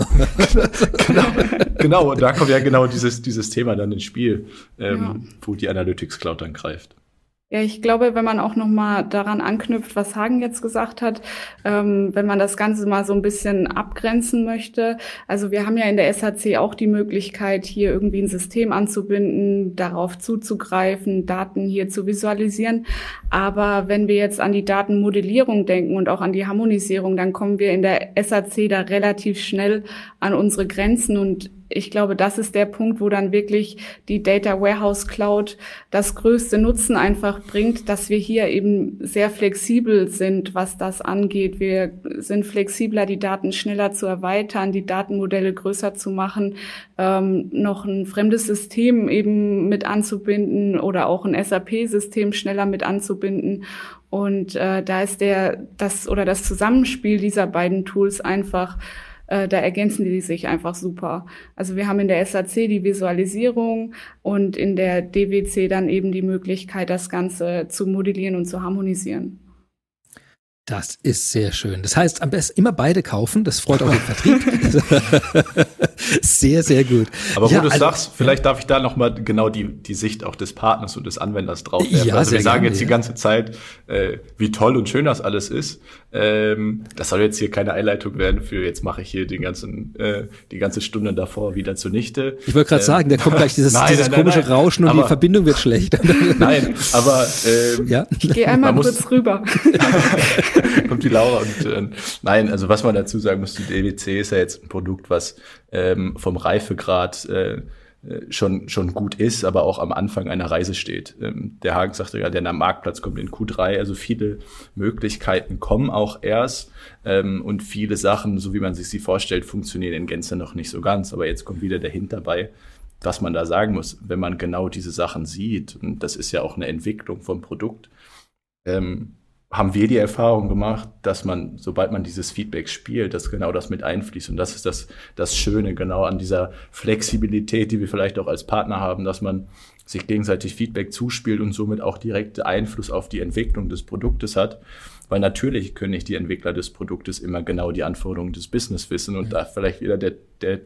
genau, genau, und da kommt ja genau dieses, dieses Thema dann ins Spiel, ähm, ja. wo die Analytics Cloud dann greift. Ja, ich glaube, wenn man auch noch mal daran anknüpft, was Hagen jetzt gesagt hat, ähm, wenn man das Ganze mal so ein bisschen abgrenzen möchte. Also wir haben ja in der S A C auch die Möglichkeit, hier irgendwie ein System anzubinden, darauf zuzugreifen, Daten hier zu visualisieren. Aber wenn wir jetzt an die Datenmodellierung denken und auch an die Harmonisierung, dann kommen wir in der S A C da relativ schnell an unsere Grenzen, und ich glaube, das ist der Punkt, wo dann wirklich die Data Warehouse Cloud das größte Nutzen einfach bringt, dass wir hier eben sehr flexibel sind, was das angeht. Wir sind flexibler, die Daten schneller zu erweitern, die Datenmodelle größer zu machen, ähm, noch ein fremdes System eben mit anzubinden oder auch ein S A P-System schneller mit anzubinden. Und äh, da ist der das oder das Zusammenspiel dieser beiden Tools einfach, Äh, da ergänzen die sich einfach super. Also wir haben in der S A C die Visualisierung und in der D W C dann eben die Möglichkeit, das Ganze zu modellieren und zu harmonisieren. Das ist sehr schön. Das heißt, am besten immer beide kaufen. Das freut auch den Vertrieb. Sehr, sehr gut. Aber wo ja, du also, sagst, vielleicht darf ich da nochmal genau die, die Sicht auch des Partners und des Anwenders drauf werfen. Ja, also wir sagen gerne, jetzt ja. die ganze Zeit, äh, wie toll und schön das alles ist. Ähm, das soll jetzt hier keine Einleitung werden für, jetzt mache ich hier den ganzen, äh, die ganze Stunde davor wieder zunichte. Ich wollte gerade ähm, sagen, da kommt gleich dieses, nein, dieses nein, komische nein, Rauschen und aber, die Verbindung wird schlecht. Nein, aber ähm, ja? Ich gehe einmal kurz muss, rüber. Kommt die Laura und äh, nein, also was man dazu sagen muss, die D W C ist ja jetzt ein Produkt, was ähm, vom Reifegrad äh, schon schon gut ist, aber auch am Anfang einer Reise steht. Ähm, der Hagen sagte ja, der Marktplatz kommt in Q drei, also viele Möglichkeiten kommen auch erst ähm, und viele Sachen, so wie man sich sie vorstellt, funktionieren in Gänze noch nicht so ganz, aber jetzt kommt wieder der Hint dabei, was man da sagen muss, wenn man genau diese Sachen sieht, und das ist ja auch eine Entwicklung vom Produkt, ähm, haben wir die Erfahrung gemacht, dass man, sobald man dieses Feedback spielt, dass genau das mit einfließt. Und das ist das, das Schöne genau an dieser Flexibilität, die wir vielleicht auch als Partner haben, dass man sich gegenseitig Feedback zuspielt und somit auch direkten Einfluss auf die Entwicklung des Produktes hat. Weil natürlich können nicht die Entwickler des Produktes immer genau die Anforderungen des Business wissen und da vielleicht wieder der, der,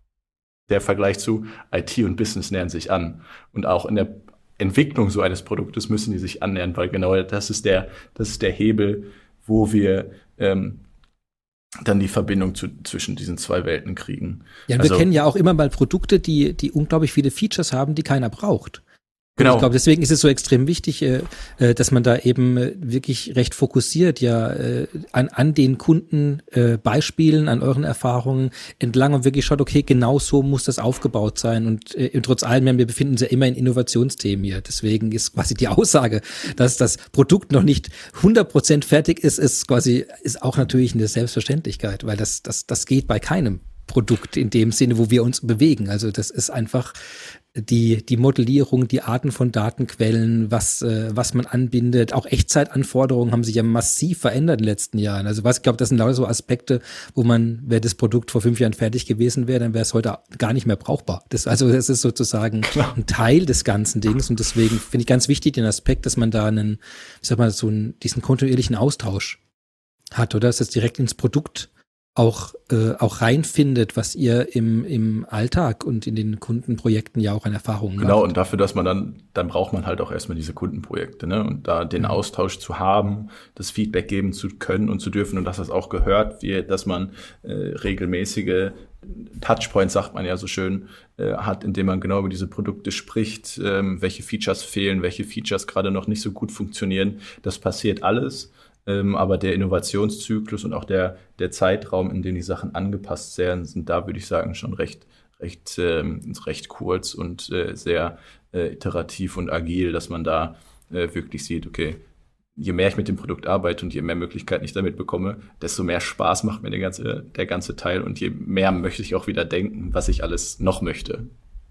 der Vergleich zu I T und Business nähern sich an. Und auch in der Entwicklung so eines Produktes müssen die sich annähern, weil genau das ist der, das ist der Hebel, wo wir ähm, dann die Verbindung zu, zwischen diesen zwei Welten kriegen. Ja, und also, wir kennen ja auch immer mal Produkte, die, die unglaublich viele Features haben, die keiner braucht. Genau. Ich glaube, deswegen ist es so extrem wichtig, äh, dass man da eben äh, wirklich recht fokussiert ja äh, an, an den Kunden äh, Beispielen, an euren Erfahrungen entlang und wirklich schaut, okay, genau so muss das aufgebaut sein. Und, äh, und trotz allem, wir befinden uns ja immer in Innovationsthemen hier. Deswegen ist quasi die Aussage, dass das Produkt noch nicht hundert Prozent fertig ist, ist quasi ist auch natürlich eine Selbstverständlichkeit, weil das das das geht bei keinem Produkt in dem Sinne, wo wir uns bewegen. Also das ist einfach die die Modellierung, die Arten von Datenquellen, was äh, was man anbindet. Auch Echtzeitanforderungen haben sich ja massiv verändert in den letzten Jahren. Also was ich glaube, das sind lauter so Aspekte, wo man, wäre das Produkt vor fünf Jahren fertig gewesen wäre, dann wäre es heute gar nicht mehr brauchbar. Das, also das ist sozusagen Klar. ein Teil des ganzen Dings und deswegen finde ich ganz wichtig den Aspekt, dass man da einen, ich sag mal, so einen, diesen kontinuierlichen Austausch hat, oder? Dass das direkt ins Produkt auch äh, auch reinfindet, was ihr im im Alltag und in den Kundenprojekten ja auch an Erfahrungen Genau, macht. Und dafür, dass man dann, dann braucht man halt auch erstmal diese Kundenprojekte, ne? Und da den Austausch zu haben, das Feedback geben zu können und zu dürfen und dass das auch gehört wird, dass man äh, regelmäßige Touchpoints, sagt man ja so schön, äh, hat, indem man genau über diese Produkte spricht, ähm, welche Features fehlen, welche Features gerade noch nicht so gut funktionieren. Das passiert alles. Ähm, aber der Innovationszyklus und auch der, der Zeitraum, in dem die Sachen angepasst werden, sind da, würde ich sagen, schon recht, recht, ähm, recht kurz und äh, sehr äh, iterativ und agil, dass man da äh, wirklich sieht, okay, je mehr ich mit dem Produkt arbeite und je mehr Möglichkeiten ich damit bekomme, desto mehr Spaß macht mir der ganze, der ganze Teil und je mehr möchte ich auch wieder denken, was ich alles noch möchte.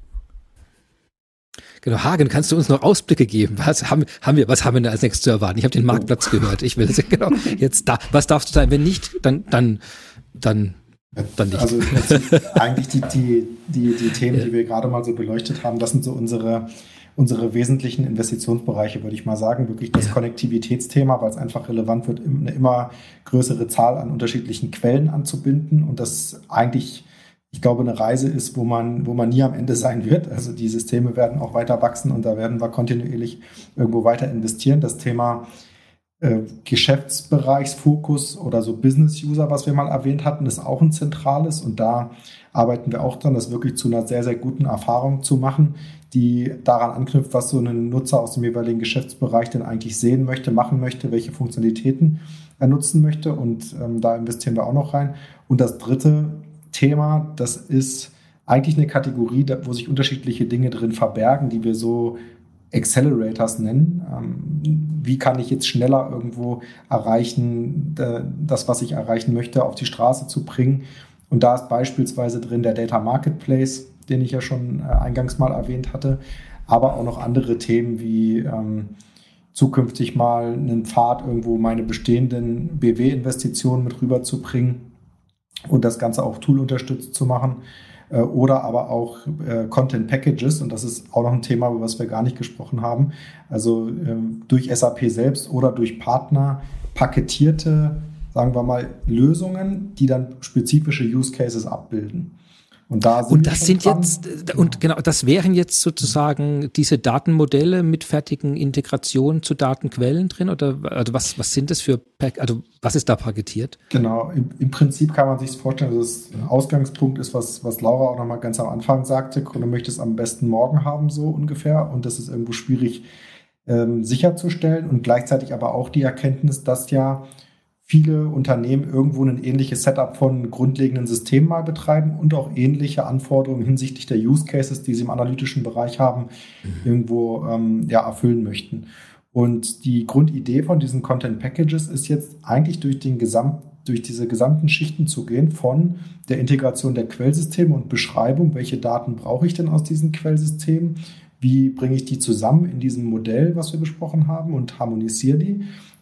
Genau, Hagen, kannst du uns noch Ausblicke geben? Was haben, haben wir, was haben wir denn als nächstes zu erwarten? Ich habe den Marktplatz oh. gehört. Ich will das genau jetzt da. Was darfst du sein? Wenn nicht, dann, dann, dann, dann nicht. Also eigentlich die, die, die, die Themen, ja. die wir gerade mal so beleuchtet haben, das sind so unsere, unsere wesentlichen Investitionsbereiche, würde ich mal sagen. Wirklich das ja. Konnektivitätsthema, weil es einfach relevant wird, eine immer größere Zahl an unterschiedlichen Quellen anzubinden und das eigentlich, ich glaube, eine Reise ist, wo man, wo man nie am Ende sein wird. Also die Systeme werden auch weiter wachsen und da werden wir kontinuierlich irgendwo weiter investieren. Das Thema äh, Geschäftsbereichsfokus oder so Business-User, was wir mal erwähnt hatten, ist auch ein zentrales und da arbeiten wir auch dran, das wirklich zu einer sehr, sehr guten Erfahrung zu machen, die daran anknüpft, was so ein Nutzer aus dem jeweiligen Geschäftsbereich denn eigentlich sehen möchte, machen möchte, welche Funktionalitäten er nutzen möchte und ähm, da investieren wir auch noch rein. Und das dritte Thema, das ist eigentlich eine Kategorie, wo sich unterschiedliche Dinge drin verbergen, die wir so Accelerators nennen. Wie kann ich jetzt schneller irgendwo erreichen, das, was ich erreichen möchte, auf die Straße zu bringen? Und da ist beispielsweise drin der Data Marketplace, den ich ja schon eingangs mal erwähnt hatte, aber auch noch andere Themen wie ähm, zukünftig mal einen Pfad, irgendwo meine bestehenden B W-Investitionen mit rüberzubringen und das Ganze auch toolunterstützt zu machen äh, oder aber auch äh, Content Packages und das ist auch noch ein Thema, über das wir gar nicht gesprochen haben, also ähm, durch S A P selbst oder durch Partner paketierte, sagen wir mal, Lösungen, die dann spezifische Use Cases abbilden. Und, da sind und das sind dran. jetzt, und genau, das wären jetzt sozusagen diese Datenmodelle mit fertigen Integrationen zu Datenquellen drin oder also was, was sind das für, Pack, also was ist da paketiert? Genau, im, im Prinzip kann man sich vorstellen, dass das Ausgangspunkt ist, was, was Laura auch nochmal ganz am Anfang sagte, Kunde möchte es am besten morgen haben, so ungefähr, und das ist irgendwo schwierig ähm, sicherzustellen und gleichzeitig aber auch die Erkenntnis, dass ja viele Unternehmen irgendwo ein ähnliches Setup von grundlegenden Systemen mal betreiben und auch ähnliche Anforderungen hinsichtlich der Use Cases, die sie im analytischen Bereich haben, mhm. irgendwo ähm, ja, erfüllen möchten. Und die Grundidee von diesen Content Packages ist jetzt eigentlich durch, den Gesamt, durch diese gesamten Schichten zu gehen von der Integration der Quellsysteme und Beschreibung, welche Daten brauche ich denn aus diesen Quellsystemen, wie bringe ich die zusammen in diesem Modell, was wir besprochen haben und harmonisiere die,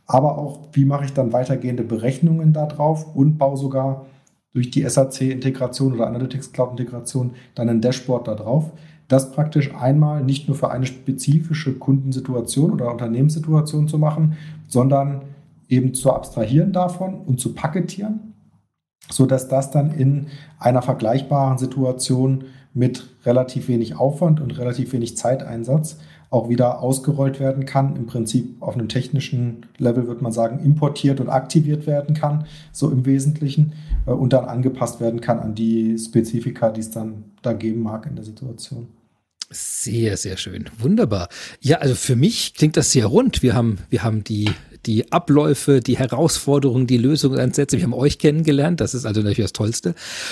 aber auch, wie mache ich dann weitergehende Berechnungen da drauf und baue sogar durch die S A C-Integration oder Analytics Cloud-Integration dann ein Dashboard da drauf, das praktisch einmal nicht nur für eine spezifische Kundensituation oder Unternehmenssituation zu machen, sondern eben zu abstrahieren davon und zu paketieren, sodass das dann in einer vergleichbaren Situation mit relativ wenig Aufwand und relativ wenig Zeiteinsatz auch wieder ausgerollt werden kann. Im Prinzip auf einem technischen Level würde man sagen, importiert und aktiviert werden kann, so im Wesentlichen, und dann angepasst werden kann an die Spezifika, die es dann da geben mag in der Situation. Sehr, sehr schön. Wunderbar. Ja, also für mich klingt das sehr rund. Wir haben, wir haben die, die Abläufe, die Herausforderungen, die Lösungsansätze. Wir haben euch kennengelernt. Das ist also natürlich das Tollste.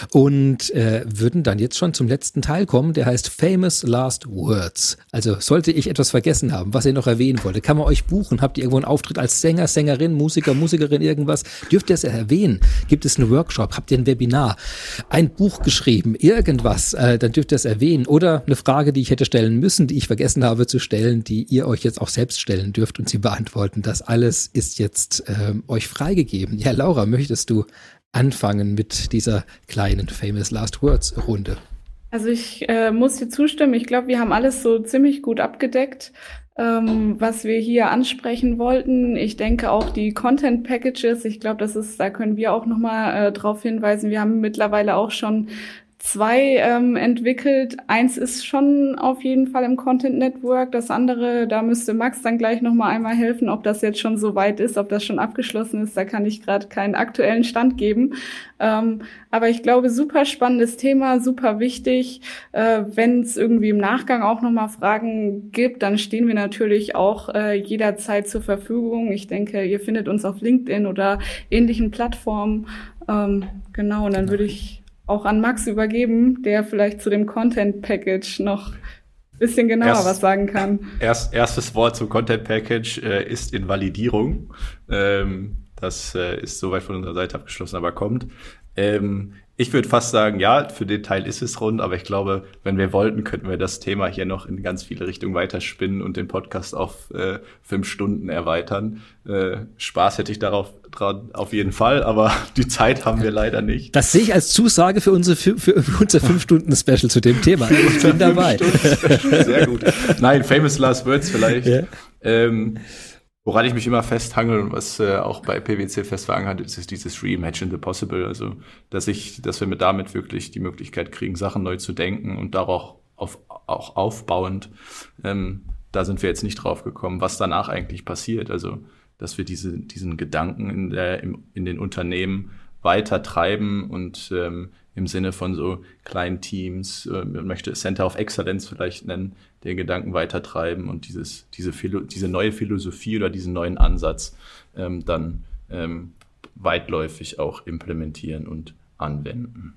Und äh, würden dann jetzt schon zum letzten Teil kommen. Der heißt Famous Last Words. Also sollte ich etwas vergessen haben, was ihr noch erwähnen wollt, kann man euch buchen? Habt ihr irgendwo einen Auftritt als Sänger, Sängerin, Musiker, Musikerin, irgendwas? Dürft ihr es erwähnen? Gibt es einen Workshop? Habt ihr ein Webinar? Ein Buch geschrieben? Irgendwas? Äh, dann dürft ihr es erwähnen. Oder eine Frage, die ich hätte stellen müssen, die ich vergessen habe zu stellen, die ihr euch jetzt auch selbst stellen dürft und sie beantworten. Das alles ist jetzt ähm, euch freigegeben. Ja, Laura, möchtest du anfangen mit dieser kleinen Famous Last Words Runde? Also ich äh, muss dir zustimmen. Ich glaube, wir haben alles so ziemlich gut abgedeckt, ähm, was wir hier ansprechen wollten. Ich denke auch die Content Packages. Ich glaube, das ist, da können wir auch nochmal äh, drauf hinweisen. Wir haben mittlerweile auch schon zwei ähm, entwickelt. Eins ist schon auf jeden Fall im Content Network. Das andere, da müsste Max dann gleich noch mal einmal helfen, ob das jetzt schon so weit ist, ob das schon abgeschlossen ist. Da kann ich gerade keinen aktuellen Stand geben. Ähm, aber ich glaube, super spannendes Thema, super wichtig. Äh, wenn es irgendwie im Nachgang auch noch mal Fragen gibt, dann stehen wir natürlich auch äh, jederzeit zur Verfügung. Ich denke, ihr findet uns auf LinkedIn oder ähnlichen Plattformen. Ähm, genau, und dann würde ich auch an Max übergeben, der vielleicht zu dem Content Package noch ein bisschen genauer erst, was sagen kann. Erst, erstes Wort zum Content Package äh, ist in Validierung. Ähm, das äh, ist soweit von unserer Seite abgeschlossen, aber kommt. Ähm, ich würde fast sagen, ja, für den Teil ist es rund, aber ich glaube, wenn wir wollten, könnten wir das Thema hier noch in ganz viele Richtungen weiterspinnen und den Podcast auf äh, fünf Stunden erweitern. Äh, Spaß hätte ich darauf dran auf jeden Fall, aber die Zeit haben wir leider nicht. Das sehe ich als Zusage für unsere für, für unser fünf Stunden Special zu dem Thema. Ich bin dabei. Sehr gut. Nein, Famous Last Words vielleicht. Ja. Ähm, Woran ich mich immer festhangel und was äh, auch bei P W C fest verankert ist, ist dieses Reimagine the Possible. Also, dass ich, dass wir mit damit wirklich die Möglichkeit kriegen, Sachen neu zu denken und darauf auf, auch aufbauend. Ähm, da sind wir jetzt nicht drauf gekommen, was danach eigentlich passiert. Also, dass wir diese, diesen Gedanken in der, im, in den Unternehmen weiter treiben und ähm, im Sinne von so kleinen Teams, äh, man möchte Center of Excellence vielleicht nennen, den Gedanken weitertreiben und dieses, diese, Philo- diese neue Philosophie oder diesen neuen Ansatz ähm, dann ähm, weitläufig auch implementieren und anwenden.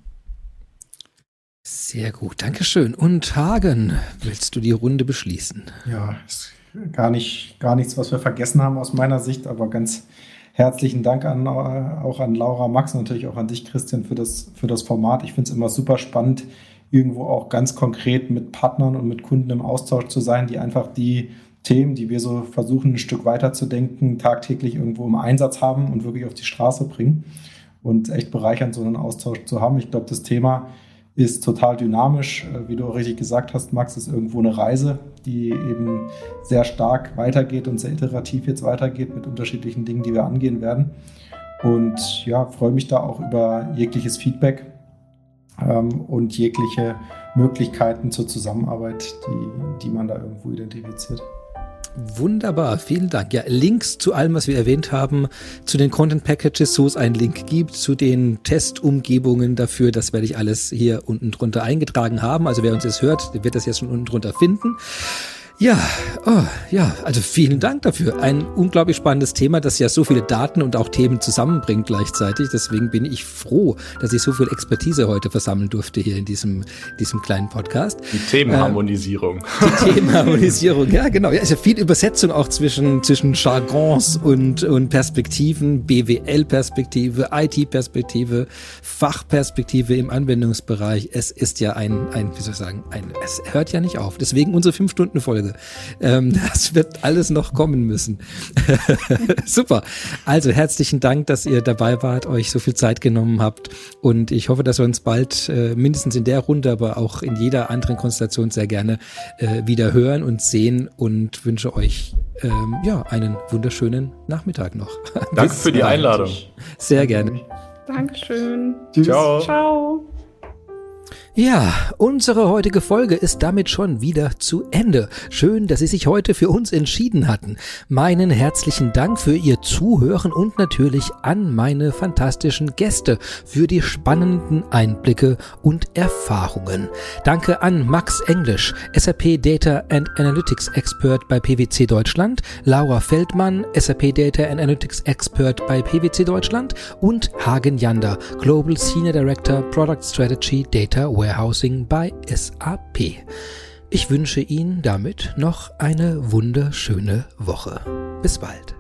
Sehr gut, Dankeschön. Und Hagen, willst du die Runde beschließen? Ja, ist gar nicht, gar nichts, was wir vergessen haben aus meiner Sicht, aber ganz herzlichen Dank an, auch an Laura, Max und natürlich auch an dich, Christian, für das, für das Format. Ich finde es immer super spannend, irgendwo auch ganz konkret mit Partnern und mit Kunden im Austausch zu sein, die einfach die Themen, die wir so versuchen, ein Stück weiter zu denken, tagtäglich irgendwo im Einsatz haben und wirklich auf die Straße bringen und echt bereichernd, so einen Austausch zu haben. Ich glaube, das Thema ist total dynamisch. Wie du auch richtig gesagt hast, Max, ist irgendwo eine Reise, die eben sehr stark weitergeht und sehr iterativ jetzt weitergeht mit unterschiedlichen Dingen, die wir angehen werden. Und ja, freue mich da auch über jegliches Feedback ähm, und jegliche Möglichkeiten zur Zusammenarbeit, die, die man da irgendwo identifiziert. Wunderbar, vielen Dank. Ja, Links zu allem, was wir erwähnt haben, zu den Content Packages, so es einen Link gibt, zu den Testumgebungen dafür, das werde ich alles hier unten drunter eingetragen haben. Also wer uns jetzt hört, der wird das jetzt schon unten drunter finden. Ja, oh, ja, also vielen Dank dafür. Ein unglaublich spannendes Thema, das ja so viele Daten und auch Themen zusammenbringt gleichzeitig. Deswegen bin ich froh, dass ich so viel Expertise heute versammeln durfte hier in diesem, diesem kleinen Podcast. Die Themenharmonisierung. Äh, die Themenharmonisierung, ja genau. Ja, ist ja viel Übersetzung auch zwischen, zwischen Jargons und, und Perspektiven, B W L-Perspektive, I T-Perspektive, Fachperspektive im Anwendungsbereich. Es ist ja ein, ein, wie soll ich sagen, ein, es hört ja nicht auf. Deswegen unsere fünf-Stunden-Folge Hause. Ähm, das wird alles noch kommen müssen. Super. Also herzlichen Dank, dass ihr dabei wart, euch so viel Zeit genommen habt und ich hoffe, dass wir uns bald äh, mindestens in der Runde, aber auch in jeder anderen Konstellation sehr gerne äh, wieder hören und sehen und wünsche euch ähm, ja einen wunderschönen Nachmittag noch. Danke für die Einladung. Sehr gerne. Dankeschön. Tschüss. Ciao. Ciao. Ja, unsere heutige Folge ist damit schon wieder zu Ende. Schön, dass Sie sich heute für uns entschieden hatten. Meinen herzlichen Dank für Ihr Zuhören und natürlich an meine fantastischen Gäste für die spannenden Einblicke und Erfahrungen. Danke an Max Englisch, S A P Data and Analytics Expert bei P W C Deutschland, Laura Feldmann, S A P Data and Analytics Expert bei P W C Deutschland und Hagen Jander, Global Senior Director Product Strategy Data Warehousing bei S A P. Ich wünsche Ihnen damit noch eine wunderschöne Woche. Bis bald.